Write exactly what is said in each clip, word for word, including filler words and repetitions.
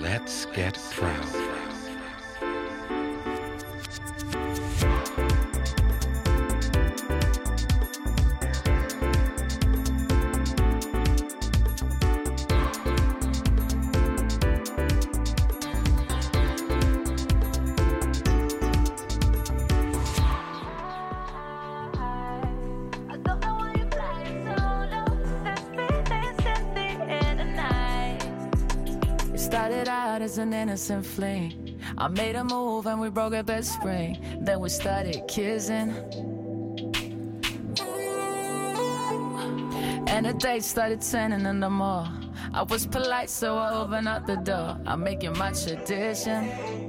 Let's get proud. As an innocent fling, I made a move and we broke up at spring. Then we started kissing, and the day started turning into more. I was polite, so I opened up the door. I make it my tradition.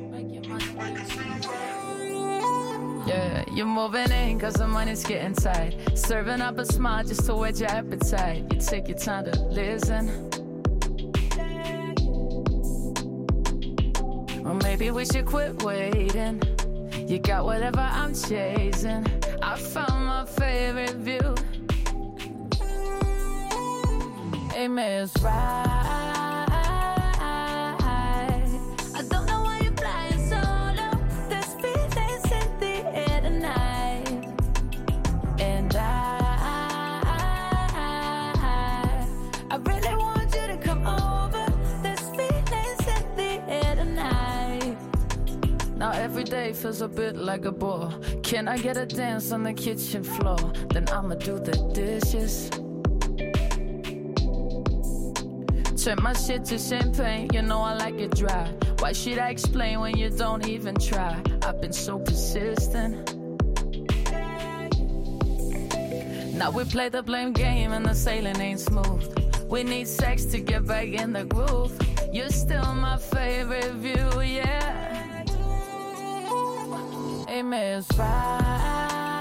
Yeah, you're moving in cause the money's getting tight. Serving up a smile just to whet your appetite. You take your time to listen. Or maybe we should quit waiting. You got whatever I'm chasing. I found my favorite view. Hey, Miss Right, I don't know why you're flying solo. There's feelings in the air tonight. And I, I really want you to come over. There's feelings in the air tonight. Now every day feels a bit like a bore. Can I get a dance on the kitchen floor? Then I'ma do the dishes. Turn my shit to champagne, you know I like it dry. Why should I explain when you don't even try? I've been so persistent. Now we play the blame game and the sailing ain't smooth. We need sex to get back in the groove. You're still my favorite view, yeah. Hey, Miss Right,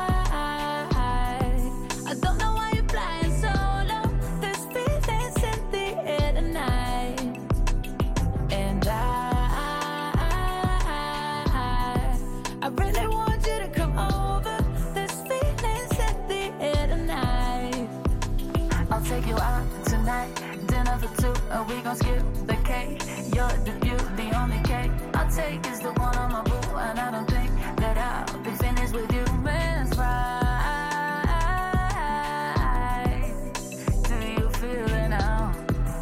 I don't know why you're flying solo. There's feelings in the air tonight. And I, I really want you to come over. There's feelings in the air tonight. I'll take you out tonight, dinner for two, and we gon' skip the cake. You're the view, the only cake I'll take is the one on my boo, and I don't think that I'll be finished with you, Miss Right. Do you feel it now?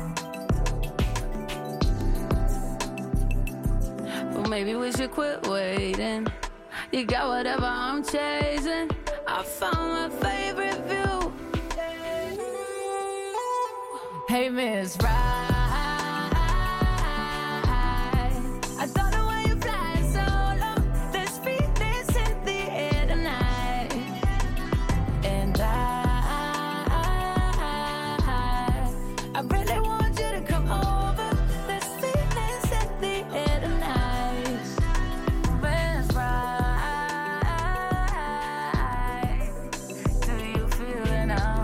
Well, maybe we should quit waiting. You got whatever I'm chasing. I found my favorite view. Hey, Miss Right, I don't know why you're flying solo. There's feelings in the air tonight. And I, I really want you to come over. There's feelings in the air tonight. Miss Right, do you feel it now?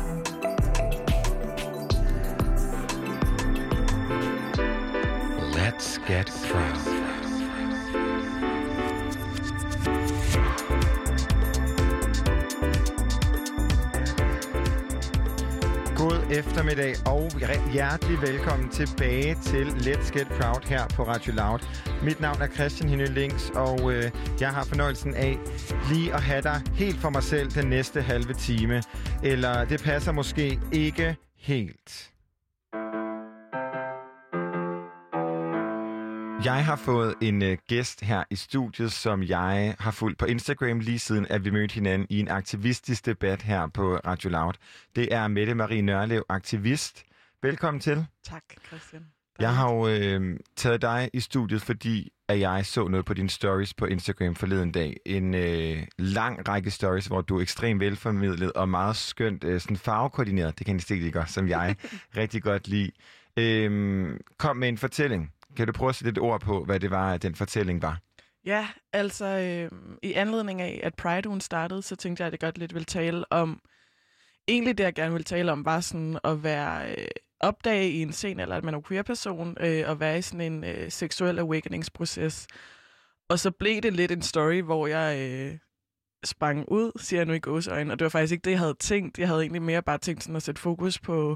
Let's get proud. God eftermiddag og hjertelig velkommen tilbage til Let's Get Proud her på Radio Loud. Mit navn er Christian Henø Links, og øh, jeg har fornøjelsen af lige at have dig helt for mig selv den næste halve time. Eller det passer måske ikke helt. Jeg har fået en øh, gæst her i studiet, som jeg har fulgt på Instagram lige siden, at vi mødte hinanden i en aktivistisk debat her på Radio Loud. Det er Mette Marie Nørlev, aktivist. Velkommen til. Tak, Christian. Jeg har jo øh, taget dig i studiet, fordi at jeg så noget på dine stories på Instagram forleden dag. En øh, lang række stories, hvor du er ekstremt velformidlet og meget skønt øh, sådan farvekoordineret. Det kan I ikke gøre, som jeg rigtig godt lide. Øh, kom med en fortælling. Kan du prøve at sætte et ord på, hvad det var, at den fortælling var? Ja, altså øh, i anledning af, at Pride-ugen startede, så tænkte jeg, at jeg godt lidt ville tale om... Egentlig det, jeg gerne ville tale om, var sådan at være... Øh, opdage i en sen alder, at man er queer-person, øh, og være i sådan en øh, seksuel awakeningsproces. Og så blev det lidt en story, hvor jeg øh, sprang ud, siger jeg nu i gåseøjne, og det var faktisk ikke det, jeg havde tænkt. Jeg havde egentlig mere bare tænkt sådan at sætte fokus på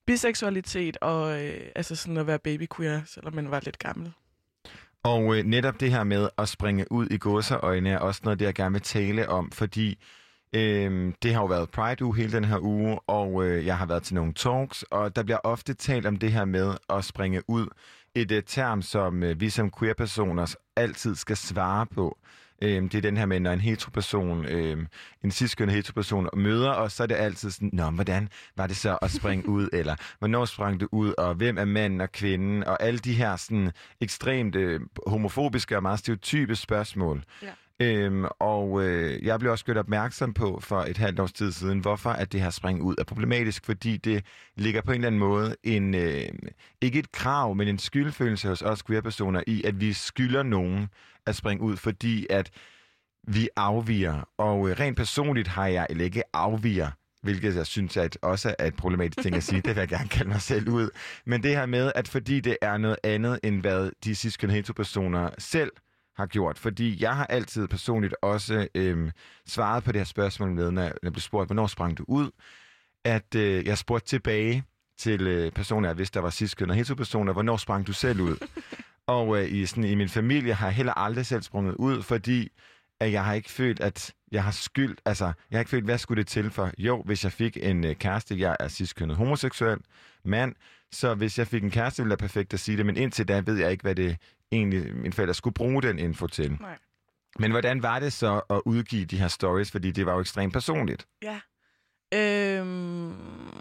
biseksualitet og øh, altså sådan at være babyqueer, selvom man var lidt gammel. Og øh, netop det her med at springe ud i gåseøjne er også noget, det jeg gerne vil tale om, fordi øh, det har jo været Pride-uge hele den her uge, og øh, jeg har været til nogle talks, og der bliver ofte talt om det her med at springe ud. Et uh, term, som uh, vi som queer-personer altid skal svare på. Øhm, det er den her med, når en heteroperson, øhm, en cis-kønnet heteroperson møder os, så er det altid sådan, nå, hvordan var det så at springe ud, eller hvornår sprang du ud, og hvem er manden og kvinden, og alle de her sådan ekstremt øh, homofobiske og meget stereotype spørgsmål. Ja. Øhm, og øh, jeg blev også gjort opmærksom på for et halvt års tid siden, hvorfor at det her spring ud er problematisk, fordi det ligger på en eller anden måde en, øh, ikke et krav, men en skyldfølelse hos os queer-personer i, at vi skylder nogen at springe ud, fordi at vi afviger. Og øh, rent personligt har jeg, eller ikke afviger, hvilket jeg synes at også er et problematisk ting at sige, det vil jeg gerne kalde mig selv ud. Men det her med, at fordi det er noget andet, end hvad de cis-kønnede heteropersoner selv har gjort. Fordi jeg har altid personligt også øhm, svaret på det her spørgsmål med, når jeg blev spurgt, hvornår sprang du ud? At øh, jeg spurgte tilbage til øh, personer, hvis der var cis-kønnede heteropersoner, hvornår sprang du selv ud? Og øh, i, sådan, i min familie har jeg heller aldrig selv sprunget ud, fordi at jeg har ikke følt, at jeg har skyld. Altså, jeg har ikke følt, hvad skulle det til for? Jo, hvis jeg fik en øh, kæreste, jeg er cis-kønnet homoseksuel mand, så hvis jeg fik en kæreste, ville det være perfekt at sige det, men indtil da ved jeg ikke, hvad det egentlig mine forældre skulle bruge den info til. Nej. Men hvordan var det så at udgive de her stories, fordi det var jo ekstremt personligt? Ja. Øhm,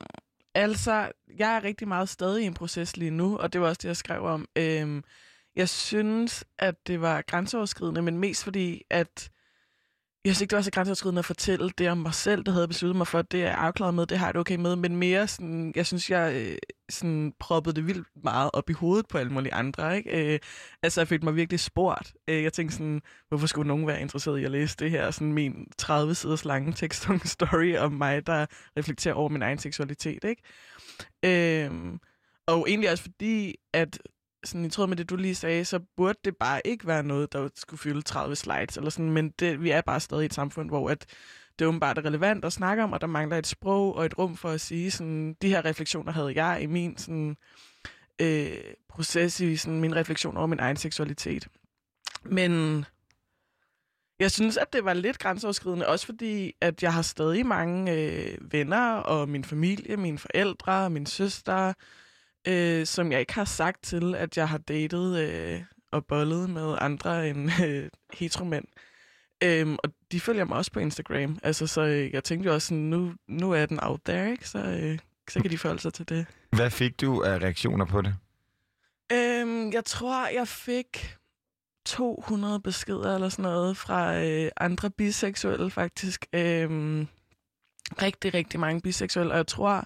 altså, jeg er rigtig meget stadig i en proces lige nu, og det var også det, jeg skrev om. Øhm, jeg synes, at det var grænseoverskridende, men mest fordi, at jeg synes ikke, det var så grænseoverskridende at fortælle det om mig selv, der havde besluttet mig for, det er jeg afklaret med, det har jeg det okay med, men mere sådan, jeg synes, jeg øh, sådan proppede det vildt meget op i hovedet på alle mulige andre, ikke? Øh, altså, jeg følte mig virkelig spurgt. Øh, jeg tænkte sådan, hvorfor skulle nogen være interesseret i at læse det her, sådan min tredive siders lange tekstung story om mig, der reflekterer over min egen seksualitet, ikke? Øh, og egentlig også fordi, at sådan, i tråd med det, du lige sagde, så burde det bare ikke være noget, der skulle fylde tredive slides, eller sådan, men det, vi er bare stadig i et samfund, hvor at det åbenbart er relevant at snakke om, og der mangler et sprog og et rum for at sige, sådan, de her refleksioner havde jeg i min sådan, øh, proces, i sådan, min refleksion over min egen seksualitet. Men jeg synes, at det var lidt grænseoverskridende, også fordi, at jeg har stadig mange øh, venner, og min familie, mine forældre, min søster, Øh, som jeg ikke har sagt til, at jeg har datet øh, og bollet med andre end øh, heteromænd. Øhm, og de følger mig også på Instagram. Altså, så øh, jeg tænkte jo også sådan, nu, nu er den out there, ikke? Så, øh, så kan de forholde sig til det. Hvad fik du af reaktioner på det? Øhm, jeg tror, jeg fik to hundrede beskeder eller sådan noget fra øh, andre biseksuelle, faktisk. Øhm, rigtig, rigtig mange biseksuelle. Og jeg tror,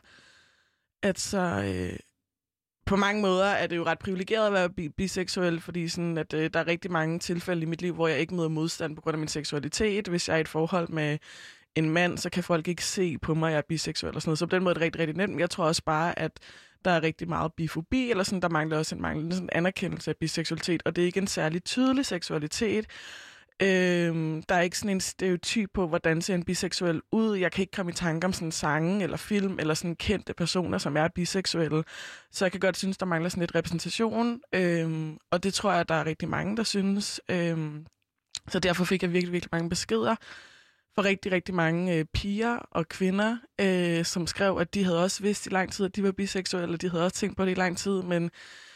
at så... Øh, På mange måder er det jo ret privilegeret at være bi- biseksuel, fordi sådan, at, øh, der er rigtig mange tilfælde i mit liv, hvor jeg ikke møder modstand på grund af min seksualitet. Hvis jeg er i et forhold med en mand, så kan folk ikke se på mig, at jeg er biseksuel og sådan noget. Så på den måde er det rigtig, rigtig nemt. Jeg tror også bare, at der er rigtig meget bifobi, eller sådan, der mangler også en manglende sådan anerkendelse af biseksualitet, og det er ikke en særlig tydelig seksualitet. Øhm, der er ikke sådan en stereotyp på, hvordan ser en biseksuel ud. Jeg kan ikke komme i tanke om sådan sange eller film eller sådan kendte personer, som er biseksuelle. Så jeg kan godt synes, der mangler sådan lidt repræsentation. Øhm, og det tror jeg, der er rigtig mange, der synes. Øhm, så derfor fik jeg virkelig, virkelig mange beskeder fra rigtig, rigtig mange øh, piger og kvinder, øh, som skrev, at de havde også vidst i lang tid, at de var biseksuelle, og de havde også tænkt på det i lang tid, men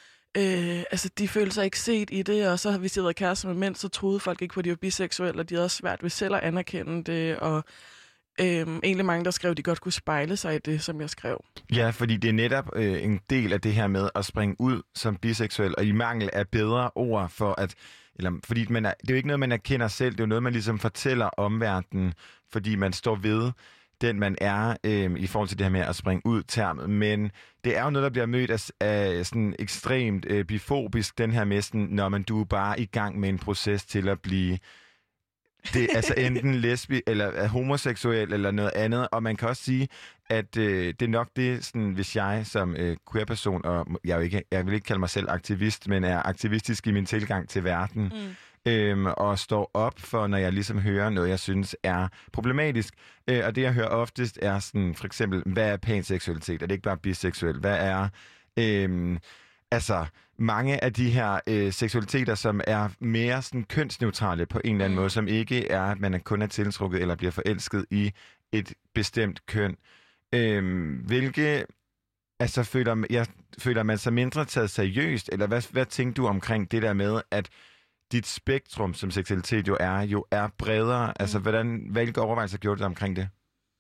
Øh, altså, de følte sig ikke set i det, og så hvis de havde været kærester med mænd, så troede folk ikke på, at de var biseksuelle, og de havde også svært ved selv at anerkende det, og øh, egentlig mange, der skrev, at de godt kunne spejle sig i det, som jeg skrev. Ja, fordi det er netop øh, en del af det her med at springe ud som biseksuel, og i mangel af bedre ord for at, eller fordi man er, det er jo ikke noget, man erkender selv, det er jo noget, man ligesom fortæller omverdenen, fordi man står ved den, man er, øh, i forhold til det her med at springe ud termet. Men det er jo noget, der bliver mødt af, af sådan ekstremt øh, bifobisk, den her med sådan, når man du er bare i gang med en proces til at blive det, altså enten lesbi eller homoseksuel eller noget andet. Og man kan også sige, at øh, det er nok det, sådan, hvis jeg som øh, queer-person, og jeg, er jo ikke, jeg vil ikke kalde mig selv aktivist, men er aktivistisk i min tilgang til verden, øhm, og står op for, når jeg ligesom hører noget, jeg synes er problematisk. Øh, og det, jeg hører oftest, er sådan, for eksempel, hvad er panseksualitet? Er det ikke bare biseksuel? Hvad er... Øhm, altså, mange af de her øh, seksualiteter, som er mere sådan kønsneutrale på en eller anden mm. måde, som ikke er, at man kun er tiltrukket eller bliver forelsket i et bestemt køn. Øhm, hvilke... Altså, føler, jeg, føler man sig mindre taget seriøst? Eller hvad, hvad tænker du omkring det der med, at dit spektrum som seksualitet jo er, jo er bredere? Mm. Altså, hvordan, hvilke overvejelser gjorde du omkring det?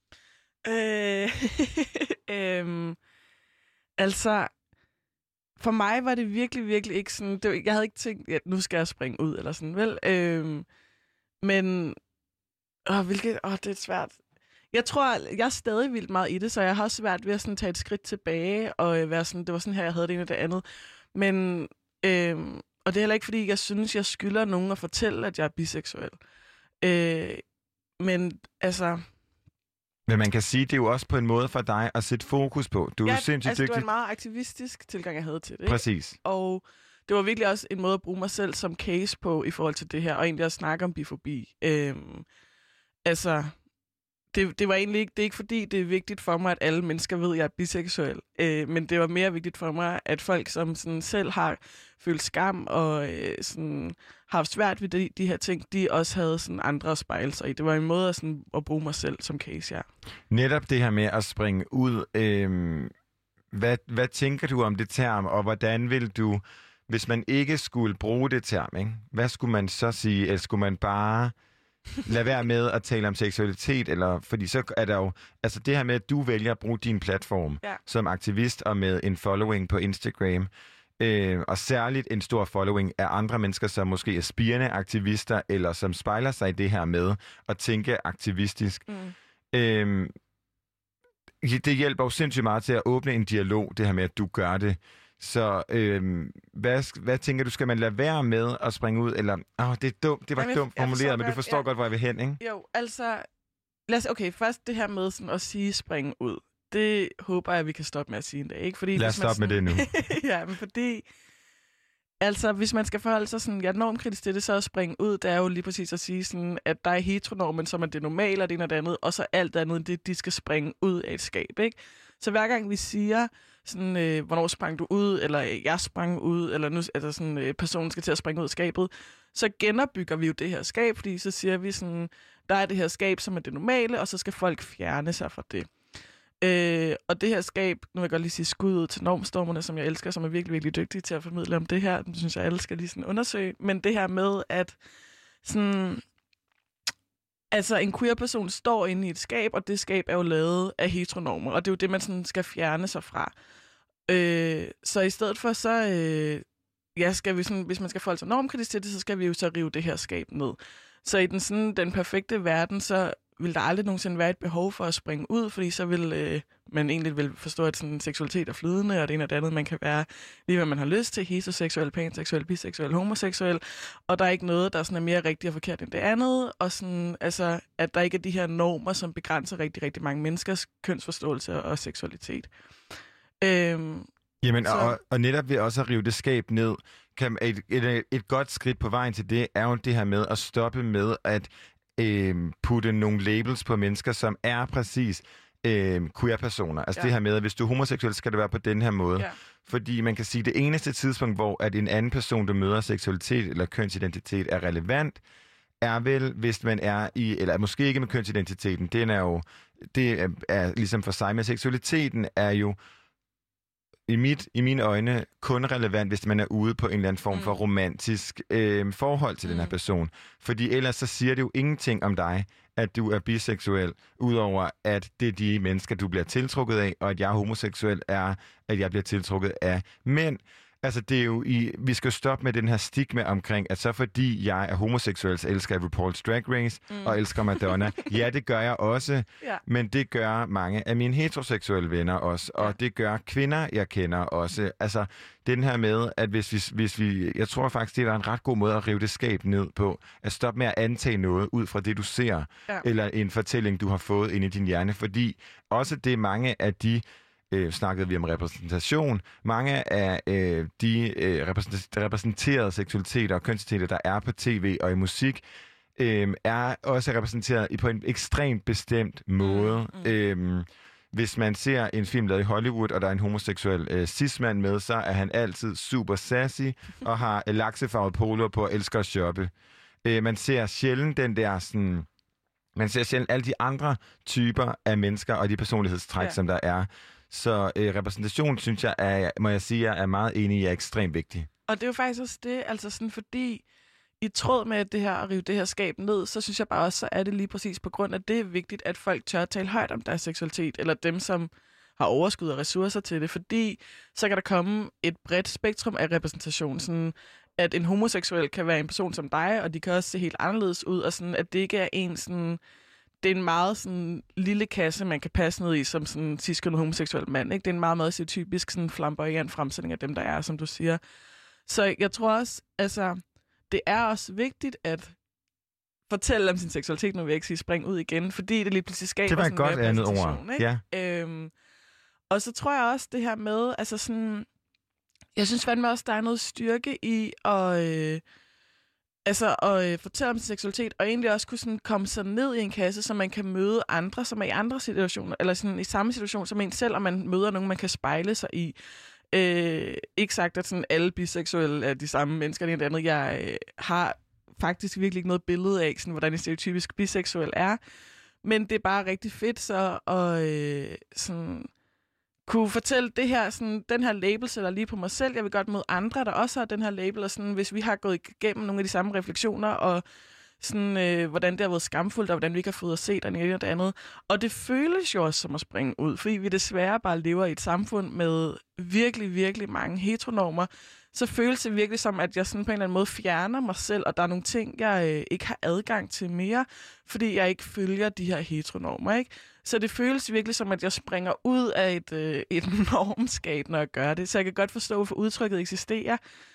Øh, øhm, altså, for mig var det virkelig, virkelig ikke sådan... Det var, jeg havde ikke tænkt, at nu skal jeg springe ud, eller sådan, vel? Øhm, men... Åh, hvilket... Åh, det er svært... Jeg tror, jeg er stadig vildt meget i det, så jeg har også svært ved at sådan tage et skridt tilbage, og være sådan, det var sådan her, jeg havde det ene og det andet. Men, øhm, og det er heller ikke, fordi jeg synes, jeg skylder nogen at fortælle, at jeg er biseksuel. Øh, men altså... Men man kan sige, det er jo også på en måde for dig at sætte fokus på. Du er ja, jo sindssygt altså, dygtig. det var en meget aktivistisk tilgang, jeg havde til det. Ikke? Præcis. Og det var virkelig også en måde at bruge mig selv som case på i forhold til det her, og egentlig at snakke om bifobi. Øhm, altså... Det, det var egentlig ikke, det er ikke fordi, det er vigtigt for mig, at alle mennesker ved, at jeg er biseksuel. Øh, men det var mere vigtigt for mig, at folk, som sådan selv har følt skam og øh, sådan, har haft svært ved de, de her ting, de også havde sådan andre at spejle sig i. Det var en måde at, sådan, at bruge mig selv som case, ja. Netop det her med at springe ud. Øh, hvad, hvad tænker du om det term, og hvordan vil du, hvis man ikke skulle bruge det term, ikke? Hvad skulle man så sige? Eller skulle man bare... Lad være med at tale om seksualitet, eller fordi så er der jo, altså det her med, at du vælger at bruge din platform ja. som aktivist og med en following på Instagram, øh, og særligt en stor following af andre mennesker, som måske er spirende aktivister, eller som spejler sig i det her med at tænke aktivistisk. Mm. Øh, det hjælper jo sindssygt meget til at åbne en dialog, det her med, at du gør det. Så øh, hvad, hvad tænker du, skal man lade være med at springe ud? Eller, åh, det er dumt, det var Jamen, dumt formuleret, men du forstår ja. godt, hvor jeg vil hen, ikke? Jo, altså, lad os, okay, først det her med sådan at sige springe ud. Det håber jeg, vi kan stoppe med at sige en dag, ikke? Fordi, lad os stoppe sådan, med det nu. ja, men fordi, altså, hvis man skal forholde sig sådan, ja, normkritisk til det, så at springe ud, det er jo lige præcis at sige sådan, at der er heteronormen, som er det normale, og det ene og det andet, og så alt andet, det, de skal springe ud af et skab, ikke? Så hver gang vi siger, sådan, øh, hvornår sprang du ud, eller øh, jeg sprang ud, eller nu altså sådan, øh, personen skal til at springe ud af skabet, så genopbygger vi jo det her skab, fordi så siger vi sådan, der er det her skab, som er det normale, og så skal folk fjerne sig fra det. Øh, og det her skab, nu vil jeg godt lige sige skud ud til normstormerne, som jeg elsker, som er virkelig, virkelig dygtige til at formidle om det her. Det synes jeg, alle skal lige sådan undersøge. Men det her med, at sådan... Altså, en queer-person står inde i et skab, og det skab er jo lavet af heteronormer, og det er jo det, man sådan skal fjerne sig fra. Øh, så i stedet for, så... Øh, ja, skal vi sådan, hvis man skal forholde sig normkritisk til det, så skal vi jo så rive det her skab ned. Så i den, sådan, den perfekte verden, så vil der aldrig nogensinde være et behov for at springe ud, fordi så vil øh, man egentlig vil forstå, at sådan, seksualitet er flydende, og det ene og det andet, man kan være lige hvad man har lyst til, heteroseksuel, panseksuel, biseksuel, homoseksuel, og der er ikke noget, der sådan er mere rigtigt og forkert end det andet, og sådan, altså, at der ikke er de her normer, som begrænser rigtig, rigtig mange menneskers kønsforståelse og seksualitet. Øhm, Jamen, så... og, og netop ved også at rive det skab ned, kan et, et, et godt skridt på vejen til det, er jo det her med at stoppe med at øh, putte nogle labels på mennesker, som er præcis øh, queer-personer. Altså ja. det her med, at hvis du er homoseksuel, skal det være på den her måde. Ja. Fordi man kan sige, at det eneste tidspunkt, hvor at en anden person, der møder seksualitet eller kønsidentitet, er relevant, er vel, hvis man er i, eller måske ikke med kønsidentiteten, den er jo, det er, er ligesom for sig, med seksualiteten er jo i, mit, i mine øjne kun relevant, hvis man er ude på en eller anden form mm. for romantisk øh, forhold til mm. den her person. Fordi ellers så siger det jo ingenting om dig, at du er biseksuel, udover at det er de mennesker, du bliver tiltrukket af, og at jeg er homoseksuel, er, at jeg bliver tiltrukket af mænd. Altså, det er jo i, vi skal stoppe med den her stigma omkring, at så fordi jeg er homoseksuel, så elsker jeg RuPaul's Drag Race mm. og elsker Madonna. Ja, det gør jeg også, ja. Men det gør mange af mine heteroseksuelle venner også, og ja. det gør kvinder, jeg kender også. Altså, den her med, at hvis vi, hvis vi... Jeg tror faktisk, det er en ret god måde at rive det skab ned på, at stoppe med at antage noget ud fra det, du ser, ja. eller en fortælling, du har fået ind i din hjerne, fordi også det er mange af de øh, snakkede vi om repræsentation. Mange af øh, de øh, repræsenterede seksualiteter og kønsidentiteter, der er på tv og i musik, øh, er også repræsenteret på en ekstremt bestemt måde. Mm, mm. Øh, Hvis man ser en film lavet i Hollywood, og der er en homoseksuel øh, cis-mand med, så er han altid super sassy og har øh, laksefarvet polo på og elsker at shoppe. Øh, man ser sjældent den der sådan... Man ser sjældent alle de andre typer af mennesker og de personlighedstræk, ja. som der er. Så øh, repræsentation, synes jeg, er, må jeg sige, jeg er meget enig i, er ekstremt vigtig. Og det er jo faktisk også det, altså sådan fordi... I tråd med det her, at rive det her skab ned, så synes jeg bare også, så er det lige præcis på grund af, at det er vigtigt, at folk tør at tale højt om deres seksualitet, eller dem, som har overskud og ressourcer til det, fordi så kan der komme et bredt spektrum af repræsentation, sådan at en homoseksuel kan være en person som dig, og de kan også se helt anderledes ud, og sådan, at det ikke er en sådan... Det er en meget sådan lille kasse, man kan passe ned i som sådan cis-kønnet homoseksuel mand, ikke? Det er en meget, meget stereotypisk sådan flamboyant fremstilling af dem, der er, som du siger. Så jeg tror også, altså... Det er også vigtigt at fortælle om sin seksualitet, nu vil jeg ikke sige spring ud igen, fordi det lige pludselig skaber sådan en godt andet ord. Ikke? Ja. Øhm, og så tror jeg også det her med, altså sådan, jeg synes fandme også, der er noget styrke i at, øh, altså at øh, fortælle om sin seksualitet, og egentlig også kunne sådan komme sig ned i en kasse, så man kan møde andre, som er i andre situationer, eller sådan i samme situation som en selv, og man møder nogen, man kan spejle sig i. Øh, ikke sagt, at sådan alle biseksuelle er de samme mennesker, det er det andet. Jeg øh, har faktisk virkelig ikke noget billede af, sådan, hvordan en stereotypisk biseksuel er. Men det er bare rigtig fedt så at øh, sådan, kunne fortælle det her, sådan, den her label sætter lige på mig selv. Jeg vil godt møde andre, der også har den her label. Og sådan, hvis vi har gået igennem nogle af de samme refleksioner, og sådan, øh, hvordan det har været skamfuldt, og hvordan vi ikke har fået at se det ene og det andet. Og det føles jo også som at springe ud, fordi vi desværre bare lever i et samfund med virkelig, virkelig mange heteronormer. Så føles det virkelig som, at jeg sådan på en eller anden måde fjerner mig selv, og der er nogle ting, jeg øh, ikke har adgang til mere, fordi jeg ikke følger de her heteronormer, ikke? Så det føles virkelig som, at jeg springer ud af et, øh, et normskab, når jeg gør det. Så jeg kan godt forstå, hvorfor udtrykket eksisterer.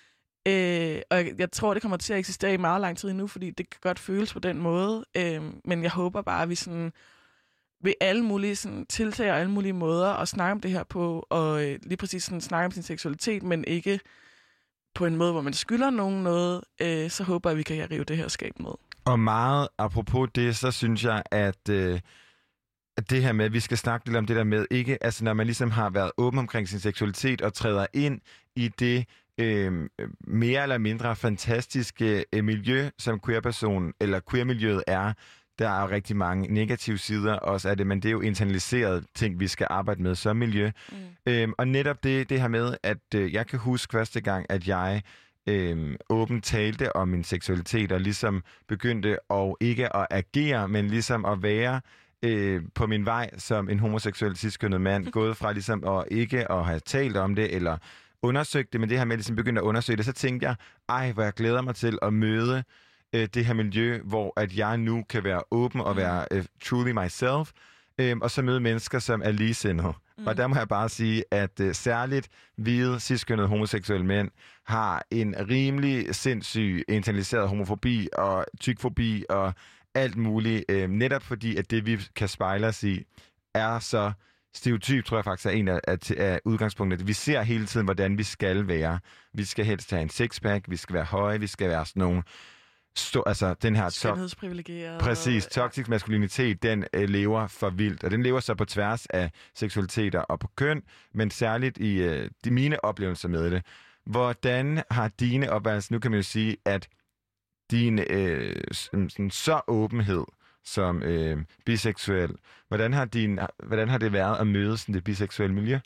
Øh, og jeg, jeg tror, det kommer til at eksistere i meget lang tid endnu, fordi det kan godt føles på den måde. Øh, men jeg håber bare, at vi sådan, ved alle mulige sådan, tiltag og alle mulige måder at snakke om det her på, og øh, lige præcis sådan, snakke om sin seksualitet, men ikke på en måde, hvor man skylder nogen noget, øh, så håber jeg, at vi kan rive det her skab med. Og meget apropos det, så synes jeg, at, øh, at det her med, at vi skal snakke lidt om det der med, ikke, altså når man ligesom har været åben omkring sin seksualitet og træder ind i det øh, mere eller mindre fantastiske øh, miljø, som queer-person eller queer-miljøet er. Der er rigtig mange negative sider også af det, men det er jo internaliseret ting, vi skal arbejde med som miljø. Mm. Øhm, og netop det, det her med, at øh, jeg kan huske første gang, at jeg øh, åbent talte om min seksualitet, og ligesom begyndte at ikke at agere, men ligesom at være øh, på min vej som en homoseksuel cis-kønnet mand, gået fra ligesom at ikke at have talt om det, eller undersøgt det, men det her med, at ligesom begyndte at undersøge det, så tænkte jeg, ej, hvor jeg glæder mig til at møde det her miljø, hvor at jeg nu kan være åben og være uh, truly myself, um, og så møde mennesker, som er ligesindede. Mm. Og der må jeg bare sige, at uh, særligt hvide, cis-kønnede homoseksuelle mænd har en rimelig sindssyg internaliseret homofobi og tykfobi og alt muligt, um, netop fordi, at det, vi kan spejle os i, er så stereotyp, tror jeg faktisk er en af, af, af udgangspunktet. Vi ser hele tiden, hvordan vi skal være. Vi skal helst have en sixpack, vi skal være høje, vi skal være sådan nogle Stå, altså den her skønhedsprivilegeret. Præcis, toxisk maskulinitet, den øh, lever for vildt, og den lever så på tværs af seksualiteter og på køn, men særligt i øh, de mine oplevelser med det. Hvordan har dine oplevelser, nu kan man jo sige, at din øh, sådan, så åbenhed som øh, biseksuel, hvordan har, din, hvordan har det været at møde sådan det biseksuelle miljø?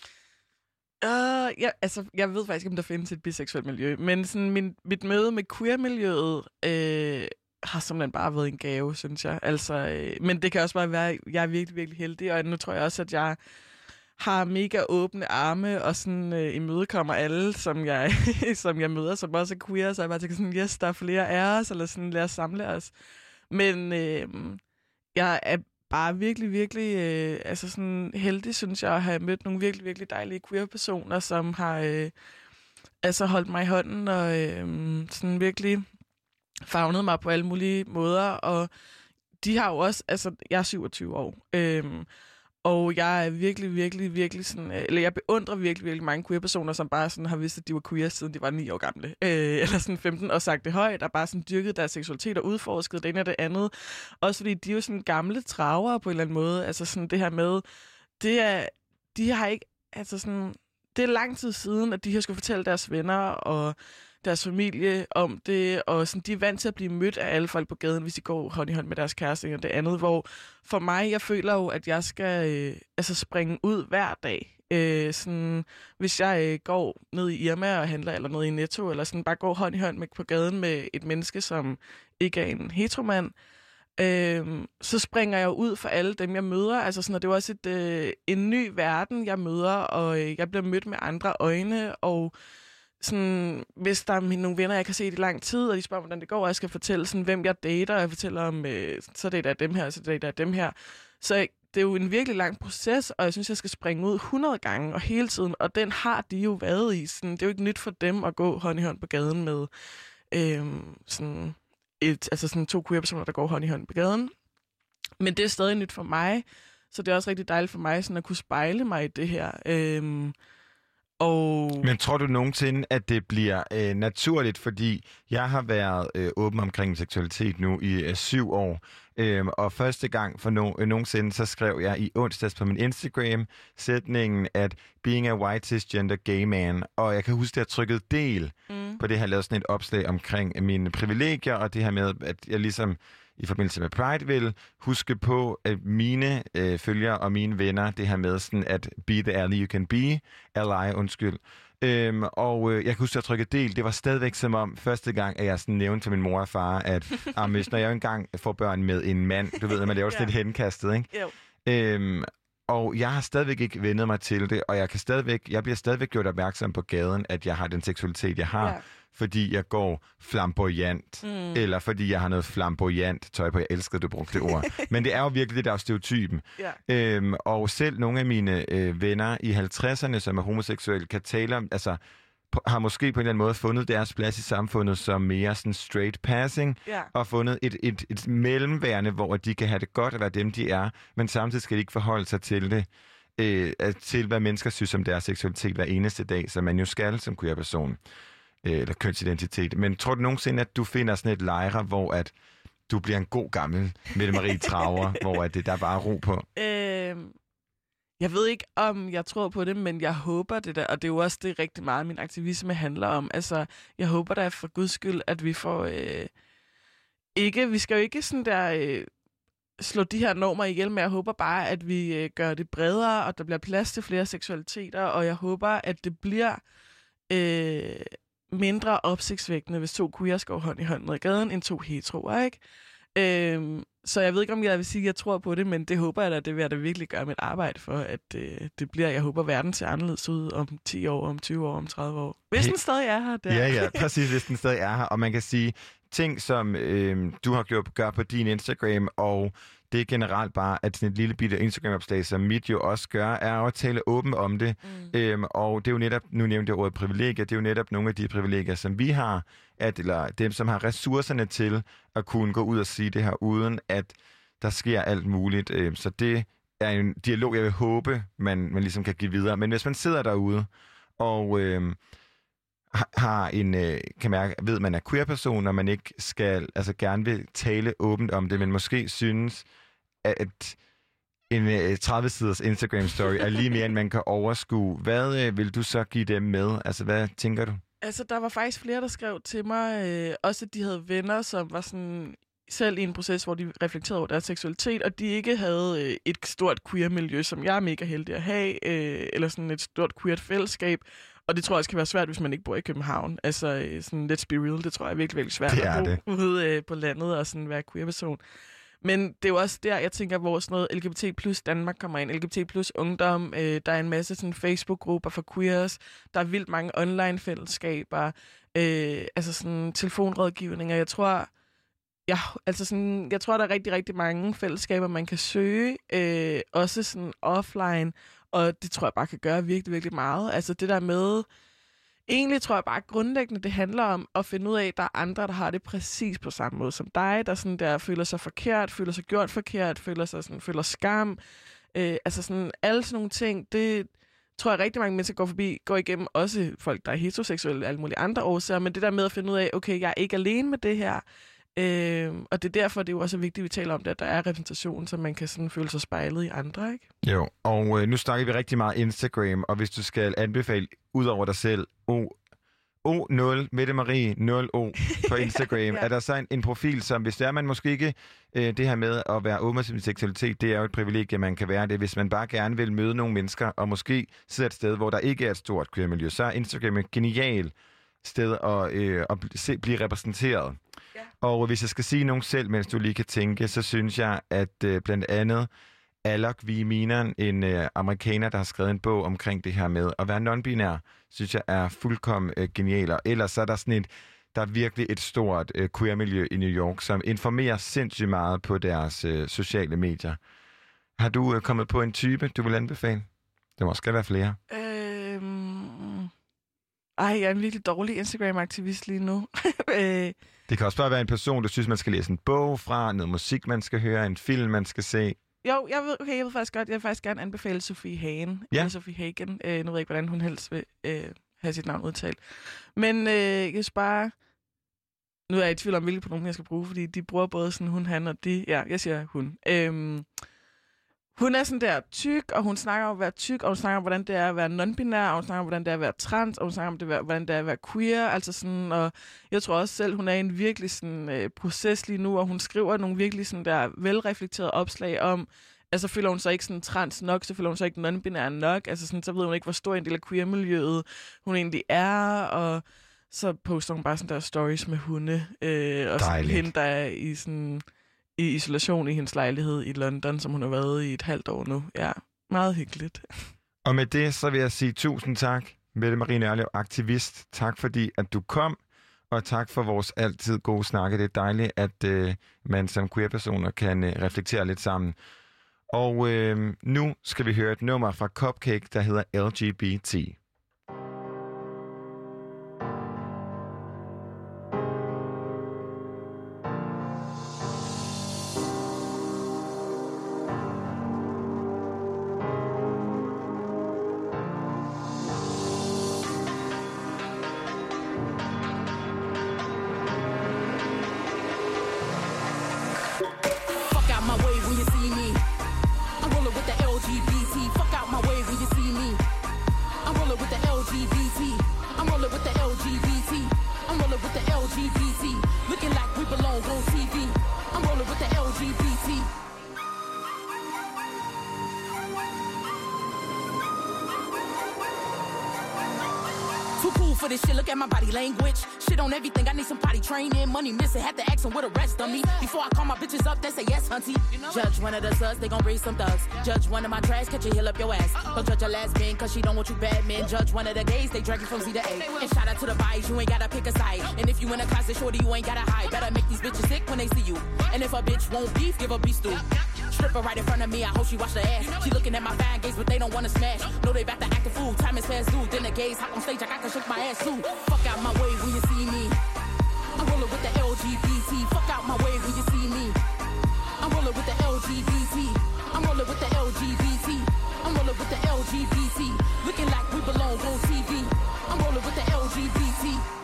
Uh, ja, altså, jeg ved faktisk ikke, om der findes et biseksuelt miljø, men sådan, min, mit møde med queer-miljøet øh, har simpelthen bare været en gave, synes jeg. Altså, øh, men det kan også bare være, at jeg er virkelig, virkelig heldig, og nu tror jeg også, at jeg har mega åbne arme og sådan øh, imødekommer alle, som jeg, som jeg møder, som også er queer, så jeg bare tænker sådan, yes, der er flere af os, eller sådan, lad os samle os. Men øh, jeg er bare virkelig, virkelig øh, altså sådan heldig, synes jeg, at have mødt nogle virkelig, virkelig dejlige queer-personer, som har øh, altså holdt mig i hånden og øh, sådan virkelig favnet mig på alle mulige måder. Og de har jo også, altså jeg er syvogtyve år, øh, Og jeg er virkelig, virkelig, virkelig sådan... Eller jeg beundrer virkelig, virkelig mange queer-personer, som bare sådan har vidst, at de var queer, siden de var ni år gamle. Øh, eller sådan femten, og sagt det højt, og bare sådan dyrket deres seksualitet og udforsket det ene og det andet. Også fordi de er jo sådan gamle travere på en eller anden måde. Altså sådan det her med... Det er... De har ikke... Altså sådan... Det er lang tid siden, at de her skulle fortælle deres venner og deres familie om det, og sådan, de er vant til at blive mødt af alle folk på gaden, hvis de går hånd i hånd med deres kæreste og det andet, hvor for mig, jeg føler jo, at jeg skal øh, altså springe ud hver dag. Øh, sådan, hvis jeg øh, går ned i Irma og handler, eller ned i Netto, eller sådan bare går hånd i hånd med, på gaden med et menneske, som ikke er en heteromand, øh, så springer jeg jo ud for alle dem, jeg møder. Altså sådan, og det er også et, øh, en ny verden, jeg møder, og øh, jeg bliver mødt med andre øjne, og sådan, hvis der er mine, nogle venner, jeg kan se i lang tid, og de spørger, hvordan det går, og jeg skal fortælle, sådan, hvem jeg dater, og jeg fortæller om, øh, så det er dem her, så det er dem her. Så det er jo en virkelig lang proces, og jeg synes, jeg skal springe ud hundrede gange, og hele tiden, og den har de jo været i. Sådan, det er jo ikke nyt for dem at gå hånd i hånd på gaden med øh, sådan, et, altså sådan to queer-personer, der går hånd i hånd på gaden. Men det er stadig nyt for mig, så det er også rigtig dejligt for mig sådan, at kunne spejle mig i det her. Øh, Og... Men tror du nogensinde, at det bliver øh, naturligt, fordi jeg har været øh, åben omkring seksualitet nu i øh, syv år, øh, og første gang for no- øh, nogensinde, så skrev jeg i onsdags på min Instagram sætningen, at being a white cisgender gay man, og jeg kan huske, at jeg trykkede del mm. på det her, lavet sådan et opslag omkring mine privilegier, og det her med, at jeg ligesom i forbindelse med Pride vil huske på, at mine øh, følgere og mine venner, det her med sådan at be the ally you can be, ally, undskyld. Øhm, og øh, jeg kan huske, at jeg trykkede del. Det var stadigvæk som om første gang, at jeg sådan nævnte til min mor og far, at ah, hvis, når jeg engang får børn med en mand, du ved, at man laver sådan lidt henkastet, ikke? Jo. Øhm, og jeg har stadigvæk ikke vendet mig til det, og jeg kan stadigvæk, jeg bliver stadigvæk gjort opmærksom på gaden, at jeg har den seksualitet, jeg har. Ja. Fordi jeg går flamboyant, mm. eller fordi jeg har noget flamboyant tøj på. Jeg elsker, at du brugte det ord. Men det er jo virkelig det, der er stereotypen. Yeah. Øhm, og selv nogle af mine øh, venner i halvtredserne, som er homoseksuelle, kan tale om, altså på, har måske på en eller anden måde fundet deres plads i samfundet som mere sådan straight passing, yeah. og fundet et, et, et mellemværende, hvor de kan have det godt at være dem, de er, men samtidig skal de ikke forholde sig til det, øh, til hvad mennesker synes om deres seksualitet hver eneste dag, som man jo skal som queer-person. Eller kønsidentitet. Men tror du nogensinde, at du finder sådan et lejre, hvor at du bliver en god gammel Mette Marie Traver, hvor at det der bare er ro på? Øhm, jeg ved ikke, om jeg tror på det, men jeg håber det der, og det er jo også det rigtig meget, min aktivisme handler om. Altså, jeg håber da for guds skyld, at vi får øh, ikke, vi skal jo ikke sådan der øh, slå de her normer ihjel, men jeg håber bare, at vi øh, gør det bredere, og der bliver plads til flere seksualiteter, og jeg håber, at det bliver øh, mindre opsigtsvækkende, hvis to queers går hånd i hånd ned i gaden, end to heteroer, ikke? Øhm, så jeg ved ikke, om jeg vil sige, at jeg tror på det, men det håber jeg da, det vil jeg da virkelig gøre mit arbejde for, at øh, det bliver, jeg håber, verden ser anderledes ud om ti år, om tyve år, om tredive år. Hvis den stadig er her. Der. Ja, ja, præcis, hvis den stadig er her. Og man kan sige, ting som øh, du har gjort gør på din Instagram, og det er generelt bare, at sådan et lille bitte Instagram-opslag, som mit jo også gør, er at tale åbent om det. Mm. Øhm, og det er jo netop, nu nævnte jeg ordet privilegier, det er jo netop nogle af de privilegier, som vi har, at, eller dem, som har ressourcerne til at kunne gå ud og sige det her, uden at der sker alt muligt. Øhm, så det er en dialog, jeg vil håbe, man, man ligesom kan give videre. Men hvis man sidder derude og øhm, har en, øh, kan mærke, ved man er queer-person, og man ikke skal, altså gerne vil tale åbent om det, men måske synes, at en øh, tredive-siders Instagram-story er lige mere, end man kan overskue. Hvad øh, vil du så give dem med? Altså, hvad tænker du? Altså, der var faktisk flere, der skrev til mig, øh, også at de havde venner, som var sådan selv i en proces, hvor de reflekterede over deres seksualitet, og de ikke havde øh, et stort queer-miljø, som jeg er mega heldig at have, øh, eller sådan et stort queer-fællesskab. Og det tror jeg også kan være svært, hvis man ikke bor i København. Altså, sådan, let's be real, det tror jeg er virkelig, virkelig svært at bo det. ude øh, på landet og sådan være queer-person. Men det er jo også der, jeg tænker, hvor sådan noget L G B T plus Danmark kommer ind. L G B T plus ungdom, øh, der er en masse sådan Facebook-grupper for queers, der er vildt mange online-fællesskaber, øh, altså sådan telefonrådgivninger. Jeg tror, ja, altså sådan, jeg tror, der er rigtig, rigtig mange fællesskaber, man kan søge, øh, også sådan offline, og det tror jeg bare kan gøre virkelig, virkelig meget. Altså det der med, egentlig tror jeg bare grundlæggende, det handler om at finde ud af, at der er andre, der har det præcis på samme måde som dig, der sådan der føler sig forkert, føler sig gjort forkert, føler sig sådan, føler skam, Øh, altså sådan, alle sådan nogle ting, det tror jeg rigtig mange mennesker går forbi, går igennem, også folk, der er heteroseksuelle og alle mulige andre årsager, men det der med at finde ud af, okay, jeg er ikke alene med det her, øh, og det er derfor, det er jo også vigtigt, at vi taler om det, at der er repræsentation, så man kan sådan føle sig spejlet i andre, ikke? Jo, og øh, nu snakker vi rigtig meget Instagram, og hvis du skal anbefale ud over dig selv, O O nul, Mette Marie nul O på Instagram. ja. Er der så en, en profil, som hvis det er, man måske ikke øh, det her med at være åben med sin seksualitet, det er jo et privilegie, man kan være det. Hvis man bare gerne vil møde nogle mennesker, og måske sidde et sted, hvor der ikke er et stort queer-miljø, så er Instagram et genialt sted at, øh, at se, blive repræsenteret. Ja. Og hvis jeg skal sige nogen selv, mens du lige kan tænke, så synes jeg, at øh, blandt andet Alok V. Menon, en øh, amerikaner, der har skrevet en bog omkring det her med at være non-binær, synes jeg er fuldkommen øh, genial. Ellers så er der sådan et, der er virkelig et stort øh, queer-miljø i New York, som informerer sindssygt meget på deres øh, sociale medier. Har du øh, kommet på en type, du vil anbefale? Det må også være flere. Øhm... Ej, jeg er en virkelig dårlig Instagram-aktivist lige nu. Det kan også bare være en person, du synes, man skal læse en bog fra, noget musik, man skal høre, en film, man skal se. Jo, jeg ved, okay, jeg ved faktisk godt, jeg vil faktisk gerne anbefale Sofie Hagen. Ja. Eller Sofie Hagen. Øh, nu ved jeg ikke, hvordan hun helst vil øh, have sit navn udtalt. Men øh, jeg synes bare... Nu er jeg i tvivl om, hvilke pronomen jeg skal bruge, fordi de bruger både sådan hun, han og de. Ja, jeg siger hun. Øhm, hun er sådan der tyk, og hun snakker om at være tyk, og hun snakker om, hvordan det er at være non-binær, og hun snakker om, hvordan det er at være trans, og hun snakker om, det, hvordan det er at være queer. Altså sådan, og jeg tror også selv, hun er i en virkelig sådan, øh, proces lige nu, og hun skriver nogle virkelig sådan der velreflekterede opslag om, altså føler hun sig ikke sådan trans nok, så føler hun sig ikke non-binær nok, altså sådan, så ved hun ikke, hvor stor en del af queer-miljøet hun egentlig er, og så poster hun bare sådan der stories med hunde, øh, og sådan hende, der er i sådan... i isolation i hendes lejlighed i London, som hun har været i et halvt år nu. Ja, meget hyggeligt. Og med det, så vil jeg sige tusind tak, Mette Marie Nørlev, aktivist. Tak fordi, at du kom, og tak for vores altid gode snakke. Det er dejligt, at øh, man som queer-personer kan øh, reflektere lidt sammen. Og øh, nu skal vi høre et nummer fra Cupcake, der hedder L G B T. For this shit, look at my body language. Shit on everything, I need some potty training. Money missing, had to ask them what the rest of me. Before I call my bitches up, they say yes, hunty. Judge one of the suds, they gon' raise some thugs. Judge one of my trash, catch you heal up your ass. Don't judge a lesbian, cause she don't want you bad men. Judge one of the gays, they drag you from Z to A. And shout out to the bias, you ain't gotta pick a side. And if you in a closet, shorty, you ain't gotta hide. Better make these bitches sick when they see you. And if a bitch won't beef, give a beef stew. Stripper right in front of me, I hope she wash her ass. She looking at my fine gays, but they don't wanna smash. Know they back to act a fool, time is fast due. Then the gays hop on stage, I can shake my ass too. Fuck out my way when you see me. I'm rolling with the L G B T. Fuck out my way when you see me. I'm rolling with the L G B T. I'm rolling with the L G B T. I'm rolling with the L G B T. Looking like we belong on T V. I'm rolling with the L G B T.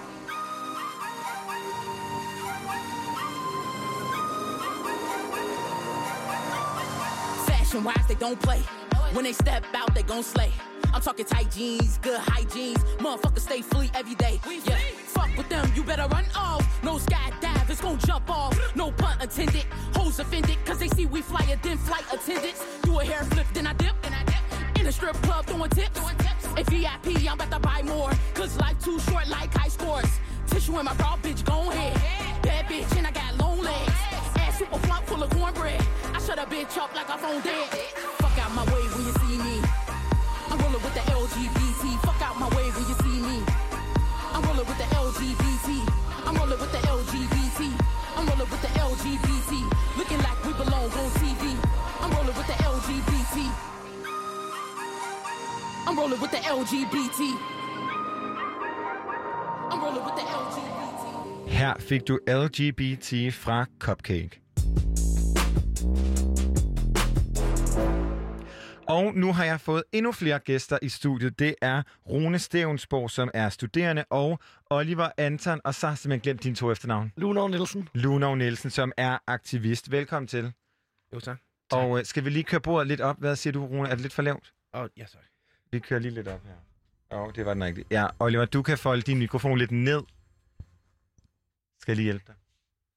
Fashion wise, they don't play. When they step out, they gon' slay. I'm talking tight jeans, good hygiene. Motherfuckers stay free every day. Yeah, fuck with them, you better run off. No skydive, it's gon' jump off. No pun intended. Hoes offended, cause they see we fly a then flight attendants. Do a hair flip, then I dip. In a strip club, doing tips. At V I P, I'm about to buy more. Cause life too short like high scores. Tissue in my bra, bitch, gon' head. Bad bitch, and I got long legs. Ass super plump, full of cornbread. I shut a bitch up like a phone dead. Fuck out my way when you see me. I'm rolling with the L G B T. Fuck out my way when you see me. I'm rolling with the L G B T. I'm rolling with the L G B T. I'm rolling with the L G B T. Looking like we belong on T V. I'm rolling with the L G B T. I'm rolling with the L G B T. I'm rolling with the L G B T. Her fik du L G B T fra Cupcake. Og nu har jeg fået endnu flere gæster i studiet. Det er Rune Stevnsborg, som er studerende, og Oliver Anton, og så har jeg simpelthen glemt dine to efternavn. Lunov Nielsen. Lunov Nielsen, som er aktivist. Velkommen til. Jo, tak. Og øh, skal vi lige køre bordet lidt op? Hvad siger du, Rune? Er det lidt for lavt? Åh, oh, ja, tak. Vi kører lige lidt op her. Åh, oh, det var den rigtige. Ja, Oliver, du kan folde din mikrofon lidt ned. Skal jeg lige hjælpe dig?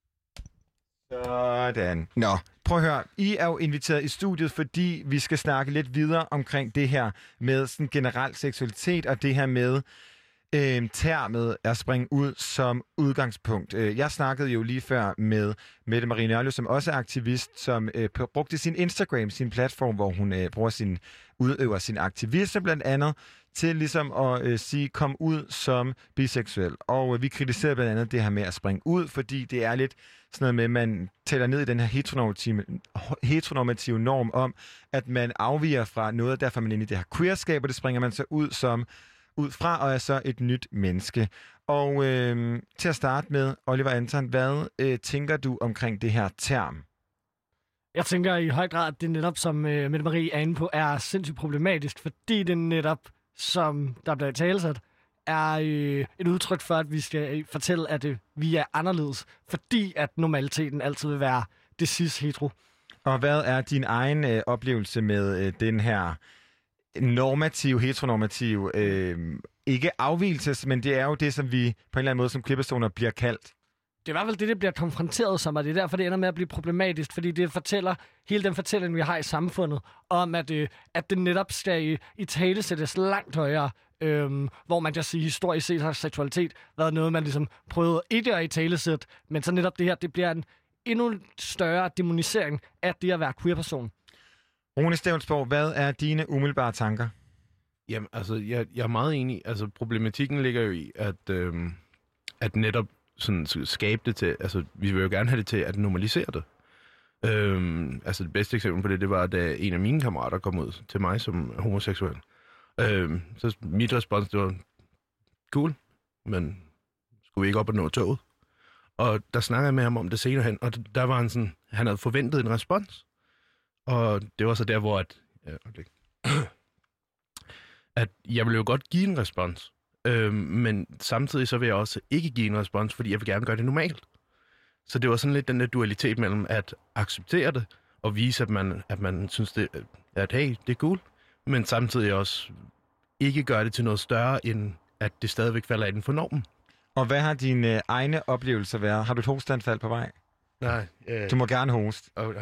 Sådan. Nå, prøv at høre. I er jo inviteret i studiet, fordi vi skal snakke lidt videre omkring det her med sådan generel seksualitet, og det her med øh, termet at springe ud som udgangspunkt. Jeg snakkede jo lige før med Mette Marie Nørløv, som også er aktivist, som øh, brugte sin Instagram, sin platform, hvor hun øh, bruger sin, udøver sin aktivisme blandt andet, til ligesom at øh, sige, kom ud som biseksuel. Og øh, vi kritiserer blandt andet det her med at springe ud, fordi det er lidt sådan noget med, at man tæller ned i den her heteronormative, heteronormative norm om, at man afviger fra noget, og derfor er man inde i det her queerskab, og det springer man så ud som ud fra, og er så et nyt menneske. Og øh, til at starte med, Oliver Anton, hvad øh, tænker du omkring det her term? Jeg tænker i høj grad, at det netop, som øh, Mette Marie er inde på, er sindssygt problematisk, fordi det netop, som der bliver talesat, er øh, et udtryk for, at vi skal fortælle, at øh, vi er anderledes, fordi at normaliteten altid vil være det cis-hetero. Og hvad er din egen øh, oplevelse med øh, den her normativ, heteronormativ, øh, ikke afvigelses, men det er jo det, som vi på en eller anden måde som queerpersoner bliver kaldt? Det er i hvert fald det, det bliver konfronteret som, og det er derfor, det ender med at blive problematisk, fordi det fortæller hele den fortælling, vi har i samfundet, om at, øh, at det netop skal i, i tale sættes langt højere, øh, hvor man kan sige, historisk set har seksualitet været noget, man ligesom prøvede ikke at i tale sætte, men så netop det her, det bliver en endnu større demonisering af det at være queer-person. Rune Stevnsborg, hvad er dine umiddelbare tanker? Jamen, altså, jeg, jeg er meget enig. Altså, problematikken ligger jo i, at, øhm, at netop sådan skabe det til, altså, vi vil jo gerne have det til at normalisere det. Øhm, altså, det bedste eksempel på det, det var, da en af mine kammerater kom ud til mig som homoseksuel. Øhm, så mit respons, det var, cool, men skulle vi ikke op og nå toget? Og der snakkede jeg med ham om det senere hen, og der var han sådan, han havde forventet en respons. Og det var så der, hvor at, ja, at jeg ville jo godt give en respons, øh, men samtidig så vil jeg også ikke give en respons, fordi jeg vil gerne gøre det normalt. Så det var sådan lidt den der dualitet mellem at acceptere det, og vise, at man, at man synes, det, at hey, det er cool, men samtidig også ikke gøre det til noget større, end at det stadigvæk falder inden for normen. Og hvad har dine øh, egne oplevelser været? Har du et hosteanfald på vej? Nej. Øh... Du må gerne hoste. Okay.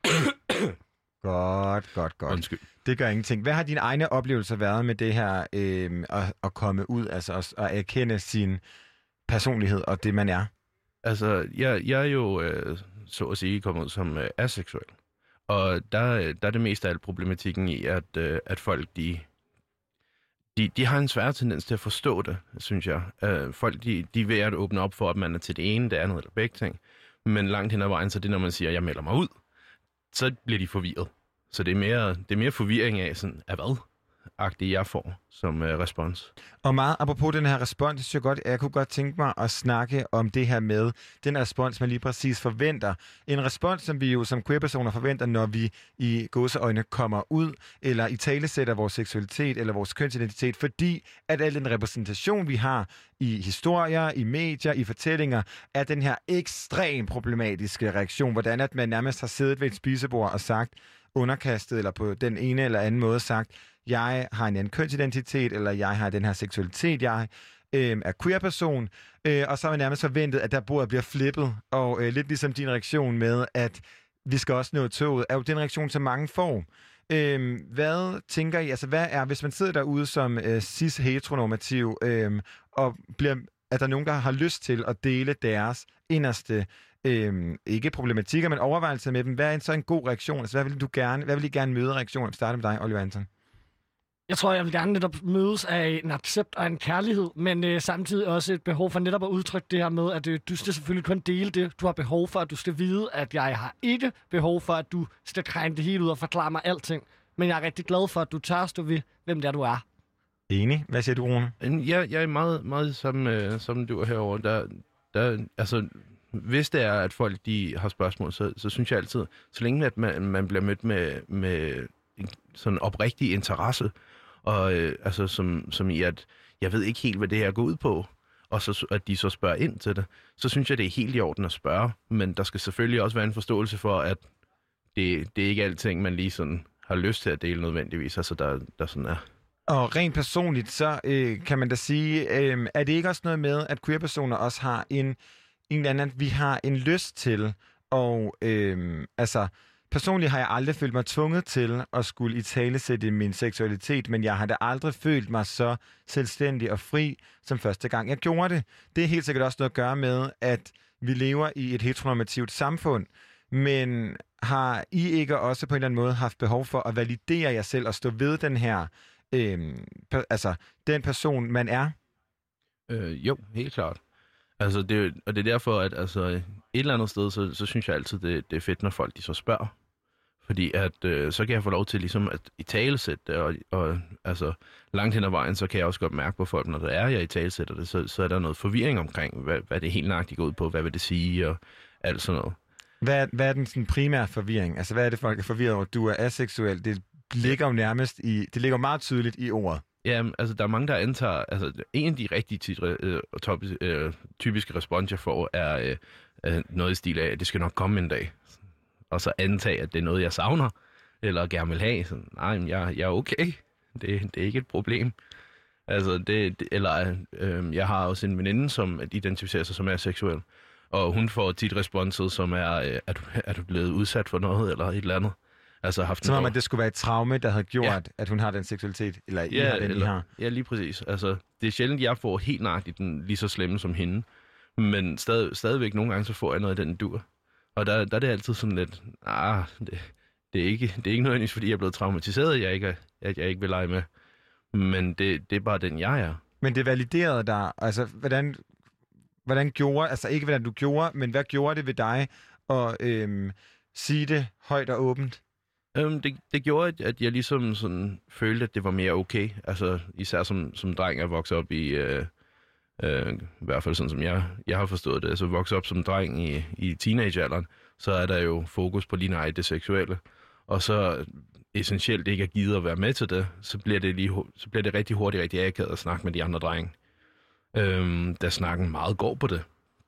Godt, godt, godt. Undskyld. Det gør ingenting. Hvad har dine egne oplevelser været med det her øh, at, at komme ud, altså at, at erkende sin personlighed og det, man er? Altså, jeg, jeg er jo, øh, så at sige, kommet ud som øh, aseksuel. Og der, der er det mest af alt problematikken i, at, øh, at folk, de, de, de har en svær tendens til at forstå det, synes jeg. Øh, folk, de, de er ved at åbne op for, at man er til det ene, det andet eller begge ting. Men langt hen ad vejen, så det når man siger, at jeg melder mig ud, så bliver de forvirret. Så det er mere, det er mere forvirring af, sådan, af hvad? Agtigt jeg får som uh, respons. Og meget apropos den her respons, så jeg, godt, jeg kunne godt tænke mig at snakke om det her med den respons, man lige præcis forventer. En respons, som vi jo som queer-personer forventer, når vi i gåseøjne kommer ud, eller i talesætter vores seksualitet eller vores kønsidentitet, fordi at al den repræsentation, vi har i historier, i medier, i fortællinger, er den her ekstrem problematiske reaktion, hvordan at man nærmest har siddet ved et spisebord og sagt, underkastet eller på den ene eller anden måde sagt, jeg har en anden kønsidentitet, eller jeg har den her seksualitet, jeg øh, er queer-person, øh, og så har man nærmest forventet, at der bordet bliver flippet, og øh, lidt ligesom din reaktion med, at vi skal også nå toget, er jo den reaktion, som mange får. Øh, hvad tænker I, altså hvad er, hvis man sidder derude som øh, cis-heteronormativ, øh, og bliver, er der nogen, der har lyst til at dele deres inderste Øhm, ikke problematikker, men overvejelser med dem. Hvad er så en god reaktion? Altså, hvad vil du gerne, hvad vil I gerne møde reaktionen? Starte med dig, Oliver Anton. Jeg tror, jeg vil gerne netop mødes af en accept og en kærlighed, men øh, samtidig også et behov for netop at udtrykke det her med, at øh, du skal selvfølgelig kun dele det, du har behov for, at du skal vide, at jeg har ikke behov for, at du skal krænge det hele ud og forklare mig alting. Men jeg er rigtig glad for, at du tør stå ved, hvem det er, du er. Enig. Hvad siger du, Rune? Jeg, jeg er meget, meget som, øh, som du er herovre. Der, der, altså, hvis det er, at folk de har spørgsmål, så, så synes jeg altid, så længe at man, man bliver mødt med, med sådan oprigtig interesse, og øh, altså som, som i, at jeg ved ikke helt, hvad det her går ud på, og så, at de så spørger ind til det, så synes jeg, det er helt i orden at spørge, men der skal selvfølgelig også være en forståelse for, at det, det er ikke alting, man lige sådan har lyst til at dele nødvendigvis, altså der, der sådan er. Og rent personligt, så øh, kan man da sige, øh, er det ikke også noget med, at queer-personer også har en, en eller anden, at vi har en lyst til, og øh, altså, personligt har jeg aldrig følt mig tvunget til at skulle italesætte min seksualitet, men jeg har da aldrig følt mig så selvstændig og fri, som første gang jeg gjorde det. Det er helt sikkert også noget at gøre med, at vi lever i et heteronormativt samfund, men har I ikke også på en eller anden måde haft behov for at validere jer selv og stå ved den her, øh, per, altså den person, man er? Øh, jo, helt klart. Altså, det, og det er derfor, at altså, et eller andet sted, så, så synes jeg altid, det, det er fedt, når folk de så spørger. Fordi at, øh, så kan jeg få lov til ligesom at italesætte det, og, og altså, langt hen ad vejen, så kan jeg også godt mærke på folk, når der er, jeg italesætter det, så, så er der noget forvirring omkring, hvad, hvad det helt nøjagtigt går ud på, hvad vil det sige, og alt sådan noget. Hvad, hvad er den sådan, primære forvirring? Altså, hvad er det, folk er forvirret over? Du er aseksuel. Det ligger jo nærmest i... Det ligger meget tydeligt i ordet. Ja, altså, der er mange, der antager... Altså, en af de rigtig tit, øh, top, øh, typiske respons, jeg får, er øh, noget i stil af, at det skal nok komme en dag. Og så antage, at det er noget, jeg savner, eller gerne vil have. Så, nej, men jeg, jeg er okay. Det, det er ikke et problem. Altså, det... det eller, øh, jeg har også en veninde, som identificerer sig som aseksuel. Og hun får tit responset, som er, øh, at er du blevet udsat for noget, eller et eller andet. Altså haft som om, at det skulle være et traume, der havde gjort, ja. At hun har den seksualitet, eller I ja, har den, eller, I har. Ja, lige præcis. Altså, det er sjældent, jeg får helt nøjagtigt den lige så slemme som hende. Men stad, stadigvæk nogle gange, så får jeg noget af den dur. Og der, der er det altid sådan lidt, ah, det, det, er ikke, det er ikke nødvendigvis, fordi jeg er blevet traumatiseret, at jeg ikke, at jeg ikke vil lege med. Men det, det er bare den, jeg er. Men det validerede dig, altså hvordan... Hvordan gjorde, altså ikke hvordan du gjorde, men hvad gjorde det ved dig at øhm, sige det højt og åbent? Øhm, det, det gjorde, at jeg ligesom sådan følte, at det var mere okay. Altså især som, som dreng at vokse op i, øh, øh, i hvert fald sådan som jeg, jeg har forstået det, altså vokse op som dreng i, i teenagealderen, så er der jo fokus på lige nøjagtigt det seksuelle. Og så essentielt ikke at gide at være med til det, så bliver det, lige, så bliver det rigtig hurtigt rigtig akavet at snakke med de andre drenge. Øhm, der snakken meget går på det.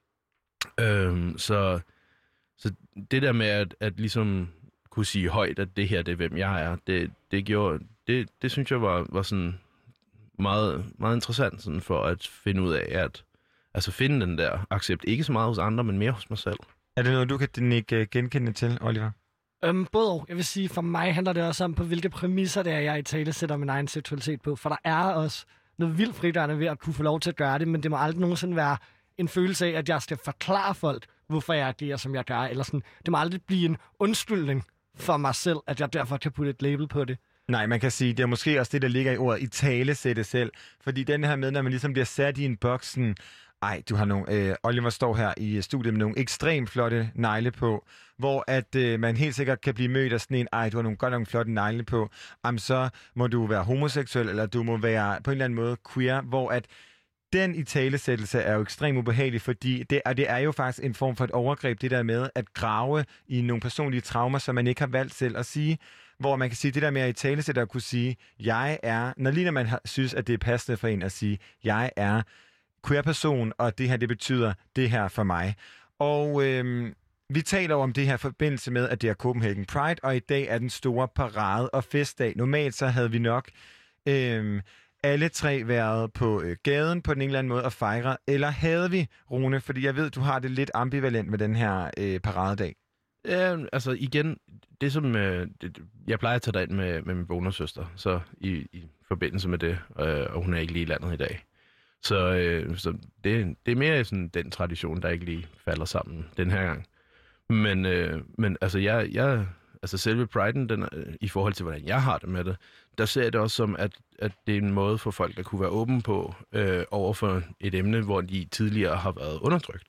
Øhm, så, så det der med at, at ligesom kunne sige højt, at det her det er, hvem jeg er, det, det gjorde, det, det synes jeg var, var sådan meget, meget interessant sådan for at finde ud af, at altså finde den der accept, ikke så meget hos andre, men mere hos mig selv. Er det noget, du kan ikke genkende til, Oliver? Øhm, både og. Jeg vil sige, for mig handler det også om, på hvilke præmisser det er, jeg i tale sætter min egen seksualitet på. For der er også noget vildt fridørende ved at kunne få lov til at gøre det, men det må aldrig nogensinde være en følelse af, at jeg skal forklare folk, hvorfor jeg agerer, som jeg gør. Eller sådan. Det må aldrig blive en undskyldning for mig selv, at jeg derfor kan putte et label på det. Nej, man kan sige, det er måske også det, der ligger i ordet, i tale sætte selv. Fordi den her med, når man ligesom bliver sat i en boksen, ej, du har nogle, øh, Oliver står her i studiet med nogle ekstremt flotte negle på, hvor at øh, man helt sikkert kan blive mødt af sådan en, ej, du har nogle godt nogle flotte negle på, jamen så må du være homoseksuel, eller du må være på en eller anden måde queer, hvor at den italesættelse er jo ekstremt ubehagelig, fordi det, og det er jo faktisk en form for et overgreb, det der med at grave i nogle personlige traumer, som man ikke har valgt selv at sige, hvor man kan sige, det der med at italesætte at kunne sige, jeg er, når lige når man har, synes, at det er passende for en at sige, jeg er queer-person, og det her, det betyder det her for mig. Og øhm, vi taler om det her forbindelse med, at det er Copenhagen Pride, og i dag er den store parade og festdag. Normalt så havde vi nok øhm, alle tre været på øh, gaden på den ene eller anden måde at fejre, eller havde vi, Rune, fordi jeg ved, du har det lidt ambivalent med den her øh, paradedag. Ja, altså igen, det som, øh, det, jeg plejer at tage derind med, med min bonussøster, så i, i forbindelse med det, øh, og hun er ikke lige i landet i dag. Så, øh, så det, det er mere sådan den tradition, der ikke lige falder sammen den her gang. Men, øh, men altså, jeg, jeg, altså selve priden, den, øh, i forhold til, hvordan jeg har det med det, der ser jeg det også som, at, at det er en måde for folk, at kunne være åbne på øh, over for et emne, hvor de tidligere har været undertrykt.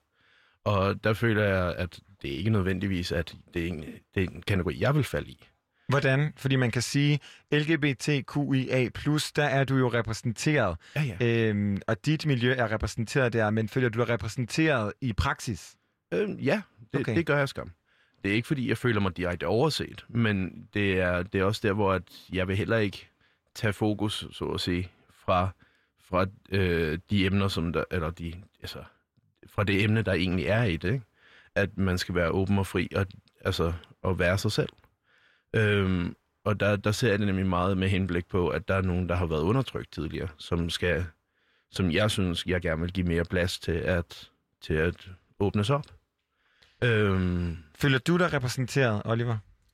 Og der føler jeg, at det er ikke nødvendigvis, at det er en, det er en kategori, jeg vil falde i. Hvordan? Fordi man kan sige, L G B T Q I A plus, der er du jo repræsenteret. Ja, ja. Øhm, og dit miljø er repræsenteret der, men føler du dig repræsenteret i praksis? Øhm, ja, det, Okay. det gør jeg skam. det er ikke fordi, jeg føler mig direkte overset, men det er, det er også der, hvor at jeg vil heller ikke tage fokus, så at sige, fra, fra øh, de emner, som der, eller de, altså, fra det emne, der egentlig er i det, ikke? At man skal være åben og fri, og, altså, og være sig selv. Øhm, og der, der ser jeg det nemlig meget med henblik på, at der er nogen, der har været undertrykt tidligere, som skal, som jeg synes, jeg gerne vil give mere plads til at, til at åbnes op. Øhm, Føler du dig repræsenteret, Oliver?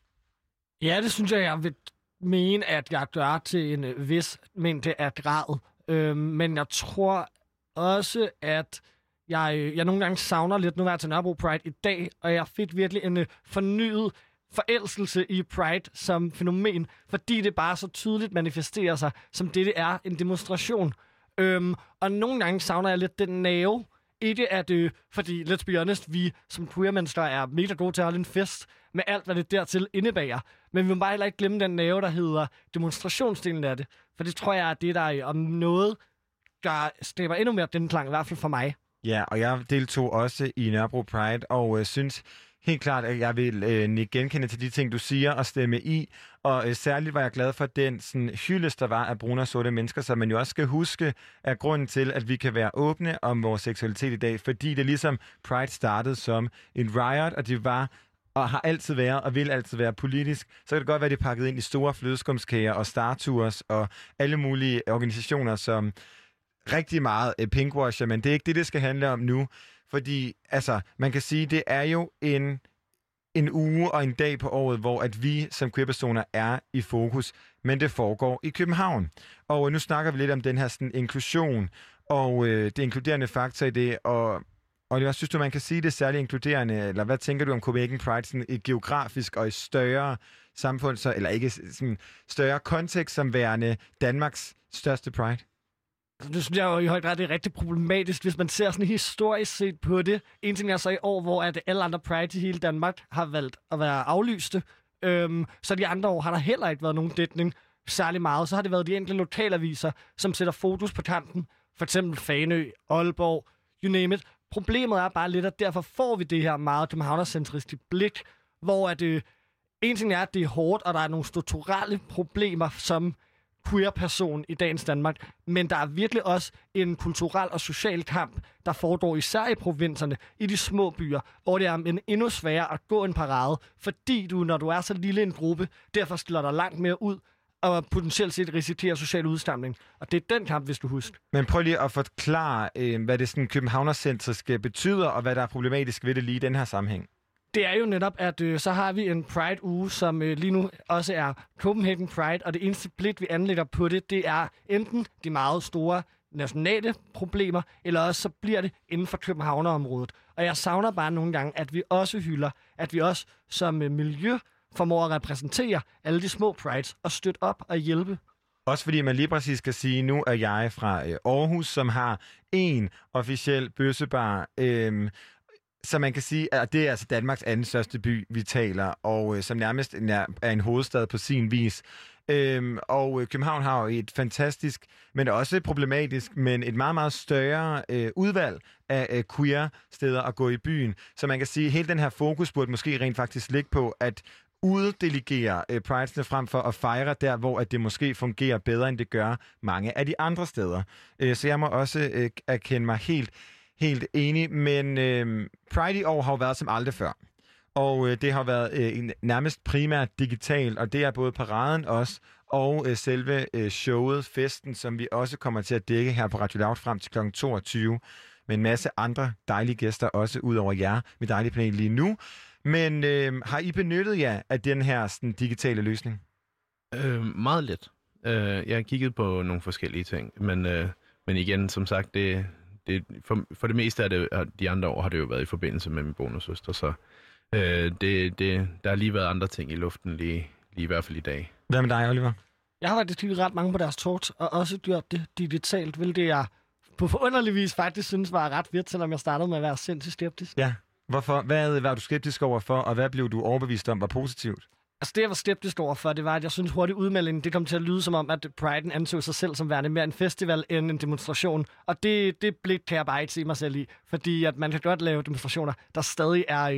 Ja, det synes jeg, jeg vil mene, at jeg gør til en vis mængde af grad. Øhm, men jeg tror også, at jeg, jeg nogle gange savner lidt, nu var jeg til Nørrebro Pride i dag, og jeg fik virkelig en øh, fornyet forelskelse i Pride som fænomen, fordi det bare så tydeligt manifesterer sig, som det, det er, en demonstration. Øhm, og nogle gange savner jeg lidt den nerve. Ikke at, øh, fordi, let's be honest, vi som queer-mennesker er mega gode til at holde en fest med alt, hvad det dertil indebærer. Men vi må bare heller ikke glemme den nerve, der hedder demonstrationsdelen af det. For det tror jeg, at det der er om noget, der skaber endnu mere den klang, i hvert fald for mig. Ja, og jeg deltog også i Nørrebro Pride, og øh, synes helt klart, at jeg vil øh, genkende til de ting, du siger, og stemme i. Og øh, særligt var jeg glad for den sådan, hyldest, der var af brune og sorte mennesker, så man jo også skal huske, at grunden til, at vi kan være åbne om vores seksualitet i dag, fordi det ligesom Pride startede som en riot, og det var og har altid været, og vil altid være politisk, så kan det godt være, at det er pakket ind i store flødeskumskager og Star Tours og alle mulige organisationer, som rigtig meget øh, pinkwasher, men det er ikke det, det skal handle om nu. Fordi, altså, man kan sige, det er jo en, en uge og en dag på året, hvor at vi som queer-personer er i fokus, men det foregår i København. Og nu snakker vi lidt om den her sådan, inklusion, og øh, det inkluderende faktor i det, og, og jeg synes du, man kan sige det særligt inkluderende, eller hvad tænker du om Copenhagen Pride sådan, i geografisk og i større samfund, så, eller ikke sådan, større kontekst som værende Danmarks største Pride? Det synes jeg jo i høj grad, det er rigtig problematisk, hvis man ser sådan historisk set på det. En ting er så i år, hvor at alle andre Pride i hele Danmark har valgt at være aflyste. Øhm, så de andre år har der heller ikke været nogen dækning særlig meget. Så har det været de enkelte lokalaviser, som sætter fokus på kampen. For eksempel Fanø, Aalborg, you name it. Problemet er bare lidt, at derfor får vi det her meget københavnercentriske blik, hvor at, øh, en ting er, at det er hårdt, og der er nogle strukturelle problemer, som queer-person i dagens Danmark, men der er virkelig også en kulturel og social kamp, der foregår især i provinserne, i de små byer, hvor det er en endnu sværere at gå en parade, fordi du, når du er så lille en gruppe, derfor stiller dig langt mere ud, og potentielt set risikerer social udstamning. Og det er den kamp, hvis du husker. Men prøv lige at forklare, øh, hvad det sådan københavnercentriske betyder, og hvad der er problematisk ved det lige i den her sammenhæng. Det er jo netop, at øh, så har vi en Pride-uge, som øh, lige nu også er Copenhagen Pride, og det eneste blik, vi anlægger på det, det er enten de meget store nationale problemer, eller også så bliver det inden for Københavnerområdet. Og jeg savner bare nogle gange, at vi også hylder, at vi også som øh, miljø formår at repræsentere alle de små Prides og støtte op og hjælpe. Også fordi man lige præcis skal sige, nu er jeg fra øh, Aarhus, som har en officiel bøssebar, øh, så man kan sige, at det er altså Danmarks anden største by, vi taler, og øh, som nærmest er en hovedstad på sin vis. Øhm, og øh, København har jo et fantastisk, men også problematisk, men et meget, meget større øh, udvalg af øh, queer-steder at gå i byen. Så man kan sige, at hele den her fokus burde måske rent faktisk ligge på at uddelegere øh, pridesene frem for at fejre der, hvor at det måske fungerer bedre, end det gør mange af de andre steder. Øh, så jeg må også øh, erkende mig helt Helt enig, men øh, Pride i år har jo været som aldrig før. Og øh, det har været øh, nærmest primært digitalt, og det er både paraden også, og øh, selve øh, showet, festen, som vi også kommer til at dække her på Radio Loud frem til klokken toogtyve. Med en masse andre dejlige gæster, også ud over jer med dejlig panel lige nu. Men øh, har I benyttet jer af den her sådan, digitale løsning? Øh, meget lidt. Øh, jeg har kigget på nogle forskellige ting, men, øh, men igen, som sagt, det Det, for, for det meste af det, de andre år har det jo været i forbindelse med min bonussøster, så øh, det, det, der har lige været andre ting i luften, lige, lige i hvert fald i dag. Hvad med dig, Oliver? Jeg har faktisk kigget ret mange på deres talks, og også gjort det digitalt, hvilket jeg på forunderlig vis faktisk synes var ret vidt, selvom jeg startede med at være sindssygt skeptisk. Ja, hvorfor? Hvad var du skeptisk overfor, og hvad blev du overbevist om var positivt? Altså det, jeg var skeptisk overfor, det var, at jeg synes hurtigt udmeldingen, det kom til at lyde som om, at Pride'en anså sig selv som værende mere en festival end en demonstration. Og det, det blik kan jeg bare ikke se mig selv i, fordi at man kan godt lave demonstrationer, der stadig er, øh,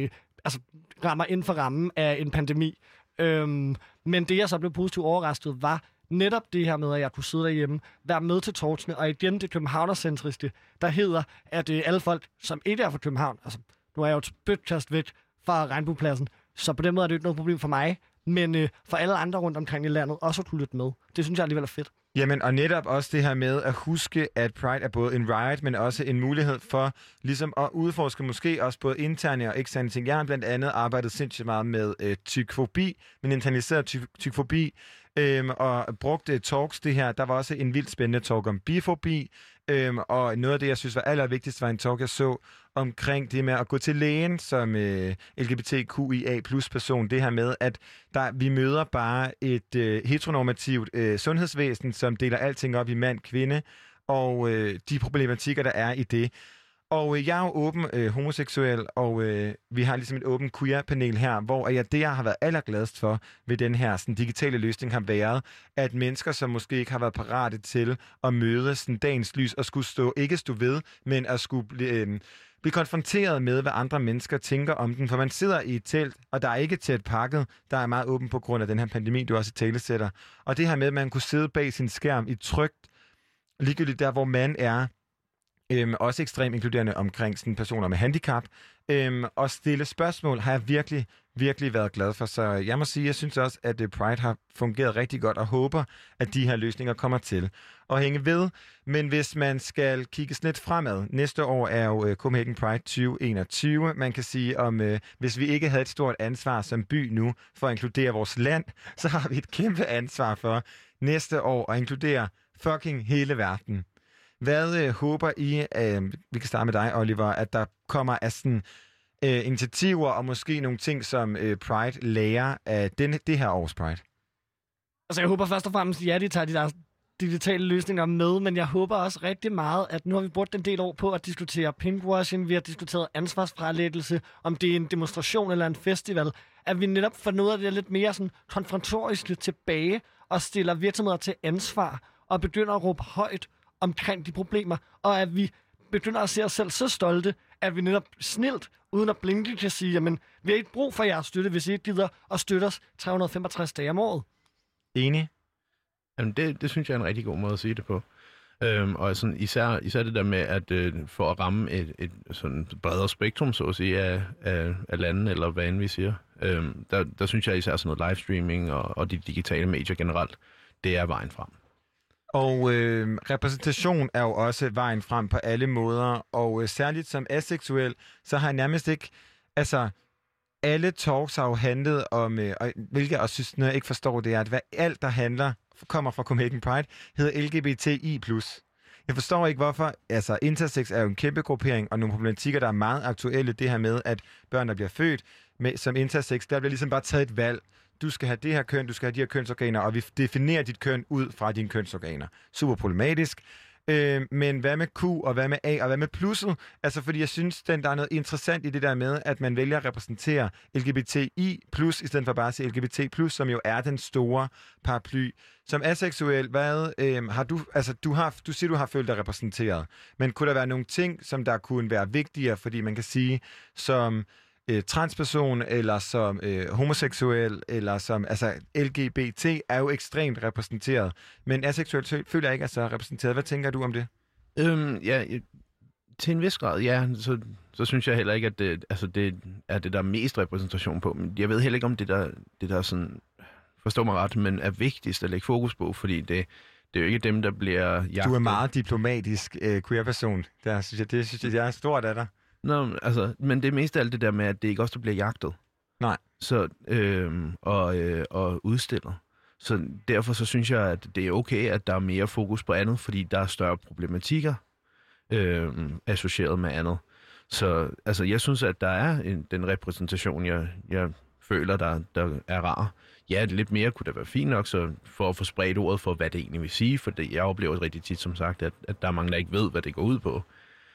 altså, rammer inden for rammen af en pandemi. Øhm, men det, jeg så blev positivt overrasket, var netop det her med, at jeg kunne sidde derhjemme, være med til talksene, og igen det københavnercentriske, der hedder, at øh, alle folk, som ikke er fra København, altså nu er jeg jo et spytkast væk fra Regnbuepladsen, så på den måde er det ikke noget problem for mig, men øh, for alle andre rundt omkring i landet også at kunne lytte med. Det synes jeg alligevel er fedt. Jamen, og netop også det her med at huske, at Pride er både en riot, men også en mulighed for ligesom at udforske måske også både interne og eksterne ting. Jeg har blandt andet arbejdet sindssygt meget med øh, tykfobi, men internaliseret ty- tykfobi, øhm, og brugt øh, talks det her. Der var også en vildt spændende talk om bifobi, øhm, og noget af det, jeg synes var allervigtigst, var en talk, jeg så omkring det med at gå til lægen som øh, L G B T Q I A plus person. Det her med, at der, vi møder bare et øh, heteronormativt øh, sundhedsvæsen, som deler alting op i mand, kvinde, og øh, de problematikker, der er i det. Og øh, jeg er jo åben øh, homoseksuel, og øh, vi har ligesom et åbent queer-panel her, hvor jeg, det, jeg har været allergladest for ved den her sådan, digitale løsning, har været, at mennesker, som måske ikke har været parate til at møde sådan, dagens lys, og skulle stå, ikke stå ved, men at skulle blive... Øh, blive konfronteret med, hvad andre mennesker tænker om den. For man sidder i et telt, og der er ikke tæt pakket. Der er meget åben på grund af den her pandemi, du også talesætter. Og det her med, at man kunne sidde bag sin skærm i trygt, ligegyldigt der, hvor man er, øhm, også ekstremt inkluderende omkring sådan personer med handicap, øhm, og stille spørgsmål, har jeg virkelig, virkelig været glad for. Så jeg må sige, jeg synes også, at Pride har fungeret rigtig godt, og håber, at de her løsninger kommer til at hænge ved. Men hvis man skal kigge lidt fremad, næste år er jo Copenhagen Pride tyve enogtyve. Man kan sige, om øh, hvis vi ikke havde et stort ansvar som by nu for at inkludere vores land, så har vi et kæmpe ansvar for næste år at inkludere fucking hele verden. Hvad øh, håber I, øh, vi kan starte med dig, Oliver, at der kommer af sådan øh, initiativer og måske nogle ting, som øh, Pride lærer af denne, det her års Pride? Altså jeg håber først og fremmest, ja, de tager de der digitale løsninger med, men jeg håber også rigtig meget, at nu har vi brugt en del år på at diskutere pinkwashing, vi har diskuteret ansvarsfralæggelse, om det er en demonstration eller en festival, at vi netop får noget af det lidt mere sådan konfrontatorisk tilbage og stiller virksomheder til ansvar og begynder at råbe højt omkring de problemer, og at vi begynder at se os selv så stolte, at vi netop snilt, uden at blinke, kan sige, jamen, vi har ikke brug for jeres støtte, hvis I ikke gider at støtte os tre hundrede og femogtres dage om året. Enig? Jamen, det, det synes jeg er en rigtig god måde at sige det på. Øhm, og sådan, især, især det der med, at øh, for at ramme et, et sådan bredere spektrum, så at sige, af, af, af lande, eller hvad end vi siger, øhm, der, der synes jeg især sådan noget livestreaming og, og de digitale medier generelt, det er vejen frem. Og øh, repræsentation er jo også vejen frem på alle måder, og øh, særligt som aseksuel, så har jeg nærmest ikke, altså alle talks har jo handlet om, øh, og, hvilket jeg også synes, når jeg ikke forstår det, er, at hvad alt, der handler, kommer fra Copenhagen Pride, hedder L G B T I plus. Jeg forstår ikke, hvorfor, altså intersex er jo en kæmpe gruppering, og nogle problematikker, der er meget aktuelle, det her med, at børn, der bliver født med, som intersex, der bliver ligesom bare taget et valg. Du skal have det her køn, du skal have de her kønsorganer, og vi definerer dit køn ud fra dine kønsorganer. Super problematisk. Øh, men hvad med Q, og hvad med A, og hvad med plusset? Altså, fordi jeg synes, den, der er noget interessant i det der med, at man vælger at repræsentere L G B T I plus, i stedet for bare at sige L G B T plus, som jo er den store paraply. Som aseksuel, hvad øh, har du, altså du, har, du siger, du har følt dig repræsenteret, men kunne der være nogle ting, som der kunne være vigtigere, fordi man kan sige, som øh, transperson, eller som øh, homoseksuel, eller som, altså L G B T er jo ekstremt repræsenteret, men aseksuel føler jeg ikke er så repræsenteret. Hvad tænker du om det? Øhm, ja, til en vis grad, ja, så, så synes jeg heller ikke, at det, altså det er det, der er mest repræsentation på. Men jeg ved heller ikke, om det der, det der sådan, forstår mig ret, men er vigtigst at lægge fokus på, fordi det, det er jo ikke dem, der bliver jagtet. Du er meget diplomatisk øh, queer-person. Der synes jeg, det synes jeg, jeg er stort af dig. Nå, altså, men det er mest af alt det der med, at det ikke også der bliver jagtet. Nej. Så, øh, og, øh, og udstillet. Så derfor så synes jeg, at det er okay, at der er mere fokus på andet, fordi der er større problematikker øh, associeret med andet. Så altså, jeg synes, at der er en, den repræsentation, jeg, jeg føler, der, der er rar. Ja, lidt mere kunne da være fint nok, så for at få spredt ordet for, hvad det egentlig vil sige, for det, jeg oplever rigtig tit, som sagt, at, at der er mange, der ikke ved, hvad det går ud på.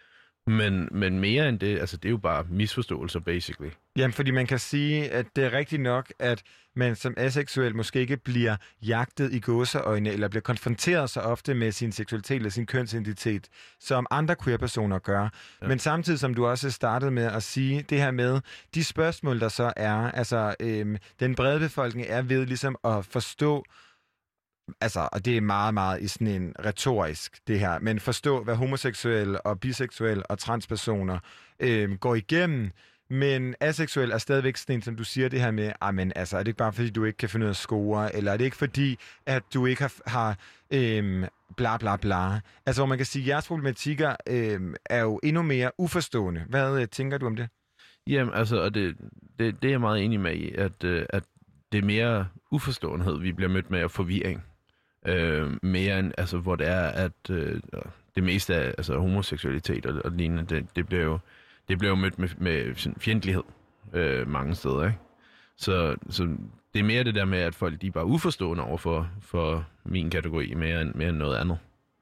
Men, men mere end det, altså det er jo bare misforståelser, basically. Jamen, fordi man kan sige, at det er rigtigt nok, at man som aseksuel måske ikke bliver jagtet i gåseøjne, eller bliver konfronteret så ofte med sin seksualitet eller sin kønsidentitet, som andre queer-personer gør. Ja. Men samtidig, som du også startede med at sige, det her med de spørgsmål, der så er, altså øhm, den brede befolkning er ved ligesom at forstå, altså, og det er meget, meget i sådan en retorisk, det her, men forstå, hvad homoseksuelle og biseksuelle og transpersoner øhm, går igennem. Men aseksuel er stadigvæk sådan en, som du siger det her med, ah, men altså, er det ikke bare fordi, du ikke kan finde ud af at score, eller er det ikke fordi, at du ikke har, har øhm, bla bla bla. Altså, hvor man kan sige, at jeres problematikker øhm, er jo endnu mere uforstående. Hvad øh, tænker du om det? Jamen, altså, og det, det, det er jeg meget enig med i, at, øh, at det er mere uforståenhed, vi bliver mødt med, og forvirring. Øh, mere end, altså, hvor det er, at øh, det meste af altså, homoseksualitet og, og lignende, det, det bliver jo Det bliver jo mødt med, med fjendtlighed øh, mange steder, ikke? Så, så det er mere det der med, at folk de er bare uforstående over for, for min kategori, mere end, mere end noget andet.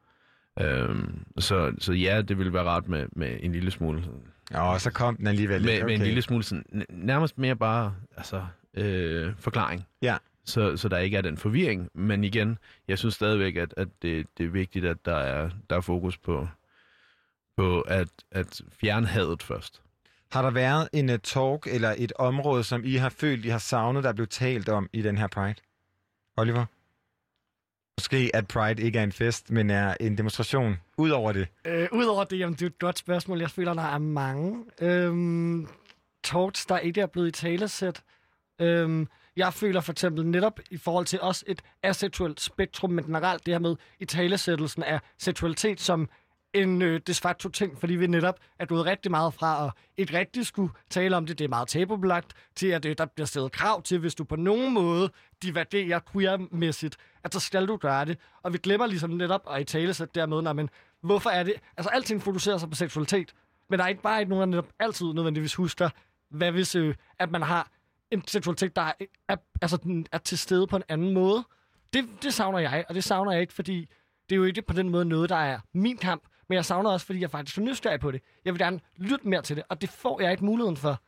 Øhm, så, så ja, det ville være rart med, med en lille smule... Ja, og så kom den alligevel. Med, okay. med en lille smule sådan, nærmest mere bare altså, øh, forklaring. Ja. Så, så der ikke er den forvirring. Men igen, jeg synes stadigvæk, at, at det, det er vigtigt, at der er, der er fokus på... på at, at fjerne hadet først. Har der været en uh, talk eller et område, som I har følt, I har savnet, der blev talt om i den her Pride? Oliver? Måske at Pride ikke er en fest, men er en demonstration. Udover det. Øh, Udover det, jamen, det er et godt spørgsmål. Jeg føler, der er mange øhm, talks, der ikke er blevet i talesæt. Øhm, jeg føler for eksempel netop i forhold til også et aseksuelt spektrum, men generelt det her med i talesættelsen af seksualitet som en øh, de facto ting, fordi vi netop er gået rigtig meget fra at ikke rigtig skulle tale om det, det er meget tabubelagt, til at øh, der bliver stillet krav til, hvis du på nogen måde divergerer queer-mæssigt, at så skal du gøre det. Og vi glemmer ligesom netop at i talesæt dermed, når, men hvorfor er det, altså alting fokuserer sig på seksualitet, men der er ikke bare ikke nogen, der netop altid nødvendigvis husker, hvad hvis, øh, at man har en seksualitet, der er, er, altså, den er til stede på en anden måde. Det, det savner jeg, og det savner jeg ikke, fordi det er jo ikke på den måde noget, der er min kamp, men jeg savner også, fordi jeg faktisk er nysgerrig på det. Jeg vil gerne lytte mere til det, og det får jeg ikke muligheden for.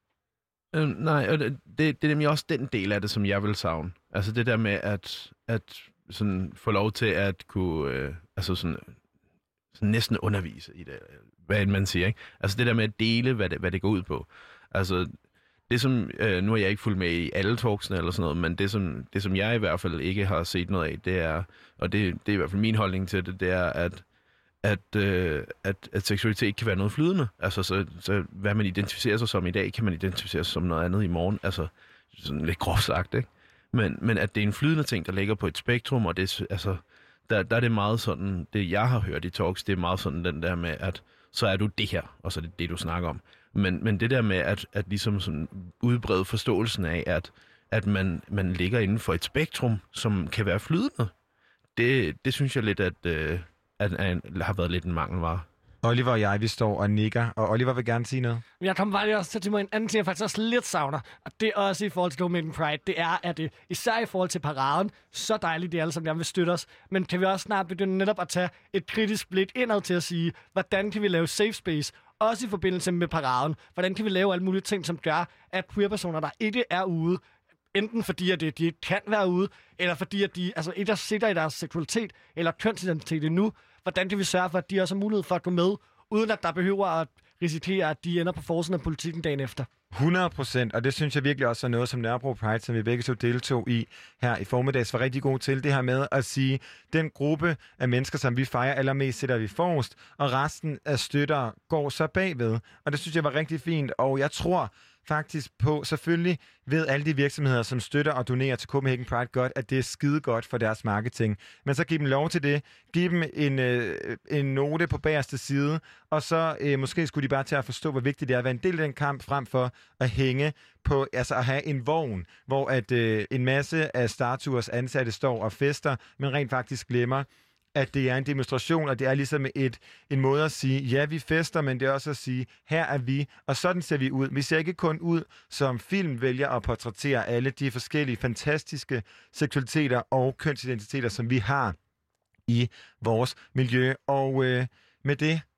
Øh, nej, og det, det, det er nemlig også den del af det, som jeg vil savne. Altså det der med at, at sådan få lov til at kunne øh, altså sådan, sådan næsten undervise i det, hvad man siger, ikke? Altså det der med at dele, hvad det, hvad det går ud på. Altså det som, øh, nu har jeg ikke fulgt med i alle talksene eller sådan noget, men det som, det som jeg i hvert fald ikke har set noget af, det er, og det, det er i hvert fald min holdning til det, det er, at At, øh, at, at seksualitet kan være noget flydende. Altså, så, så hvad man identificerer sig som i dag, kan man identificere sig som noget andet i morgen. Altså, sådan lidt groft sagt, ikke? Men, men at det er en flydende ting, der ligger på et spektrum, og det, altså, der, der er det meget sådan, det jeg har hørt i talks, det er meget sådan den der med, at så er du det her, og så er det det, du snakker om. Men, men det der med at, at ligesom sådan udbrede forståelsen af, at, at man, man ligger inden for et spektrum, som kan være flydende, det, det synes jeg lidt, at... Øh, at at har været lidt en mangelvare. Oliver og jeg, vi står og nikker, og Oliver vil gerne sige noget. Jeg kommer bare også til mig en anden ting, jeg faktisk også lidt savner, og det er også i forhold til Copenhagen Pride, det er, at det, især i forhold til paraden, så dejligt det er alle, som gerne vil støtte os, men kan vi også snart begynde netop at tage et kritisk blik indad til at sige, hvordan kan vi lave safe space, også i forbindelse med paraden, hvordan kan vi lave alle mulige ting, som gør, at queer-personer, der ikke er ude, enten fordi, at de ikke kan være ude, eller fordi, at de altså, ikke er sikre i deres seksualitet eller kønsidentitet endnu. Hvordan kan vi sørge for, at de også har mulighed for at gå med, uden at der behøver at risikere, at de ender på forsiden af politikken dagen efter? hundrede procent, og det synes jeg virkelig også er noget, som Nørrebro Pride, som vi begge så deltog i her i formiddags, var rigtig god til. Det her med at sige, den gruppe af mennesker, som vi fejrer allermest, sætter vi forrest, og resten af støtter går så bagved. Og det synes jeg var rigtig fint, og jeg tror faktisk på, selvfølgelig ved alle de virksomheder, som støtter og donerer til Copenhagen Pride godt, at det er skide godt for deres marketing. Men så giv dem lov til det. Giv dem en, øh, en note på bagerste side, og så øh, måske skulle de bare til at forstå, hvor vigtigt det er at være en del af den kamp, frem for at hænge på, altså at have en vogn, hvor at øh, en masse af Startours ansatte står og fester, men rent faktisk glemmer, at det er en demonstration, og det er ligesom et, en måde at sige, ja, vi fester, men det er også at sige, her er vi, og sådan ser vi ud. Vi ser ikke kun ud, som film vælger at portrættere alle de forskellige fantastiske seksualiteter og kønsidentiteter, som vi har i vores miljø. Og øh, med det,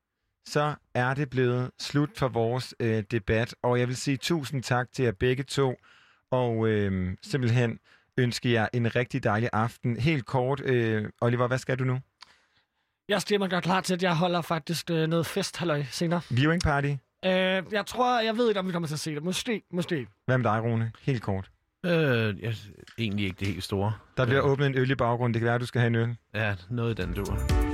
så er det blevet slut for vores øh, debat. Og jeg vil sige tusind tak til jer begge to, og øh, simpelthen ønske jer en rigtig dejlig aften. Helt kort, øh, Oliver, hvad skal du nu? Jeg stemmer godt klar til, at jeg holder faktisk øh, noget festhalløj senere. Viewing party? Øh, jeg tror, jeg ved ikke, om vi kommer til at se det. Måske, måske. Hvad med dig, Rune? Helt kort. Øh, jeg, egentlig ikke det helt store. Der bliver øh. åbnet en øl i baggrunden. Det kan være, at du skal have en øl. Ja, noget i den dur.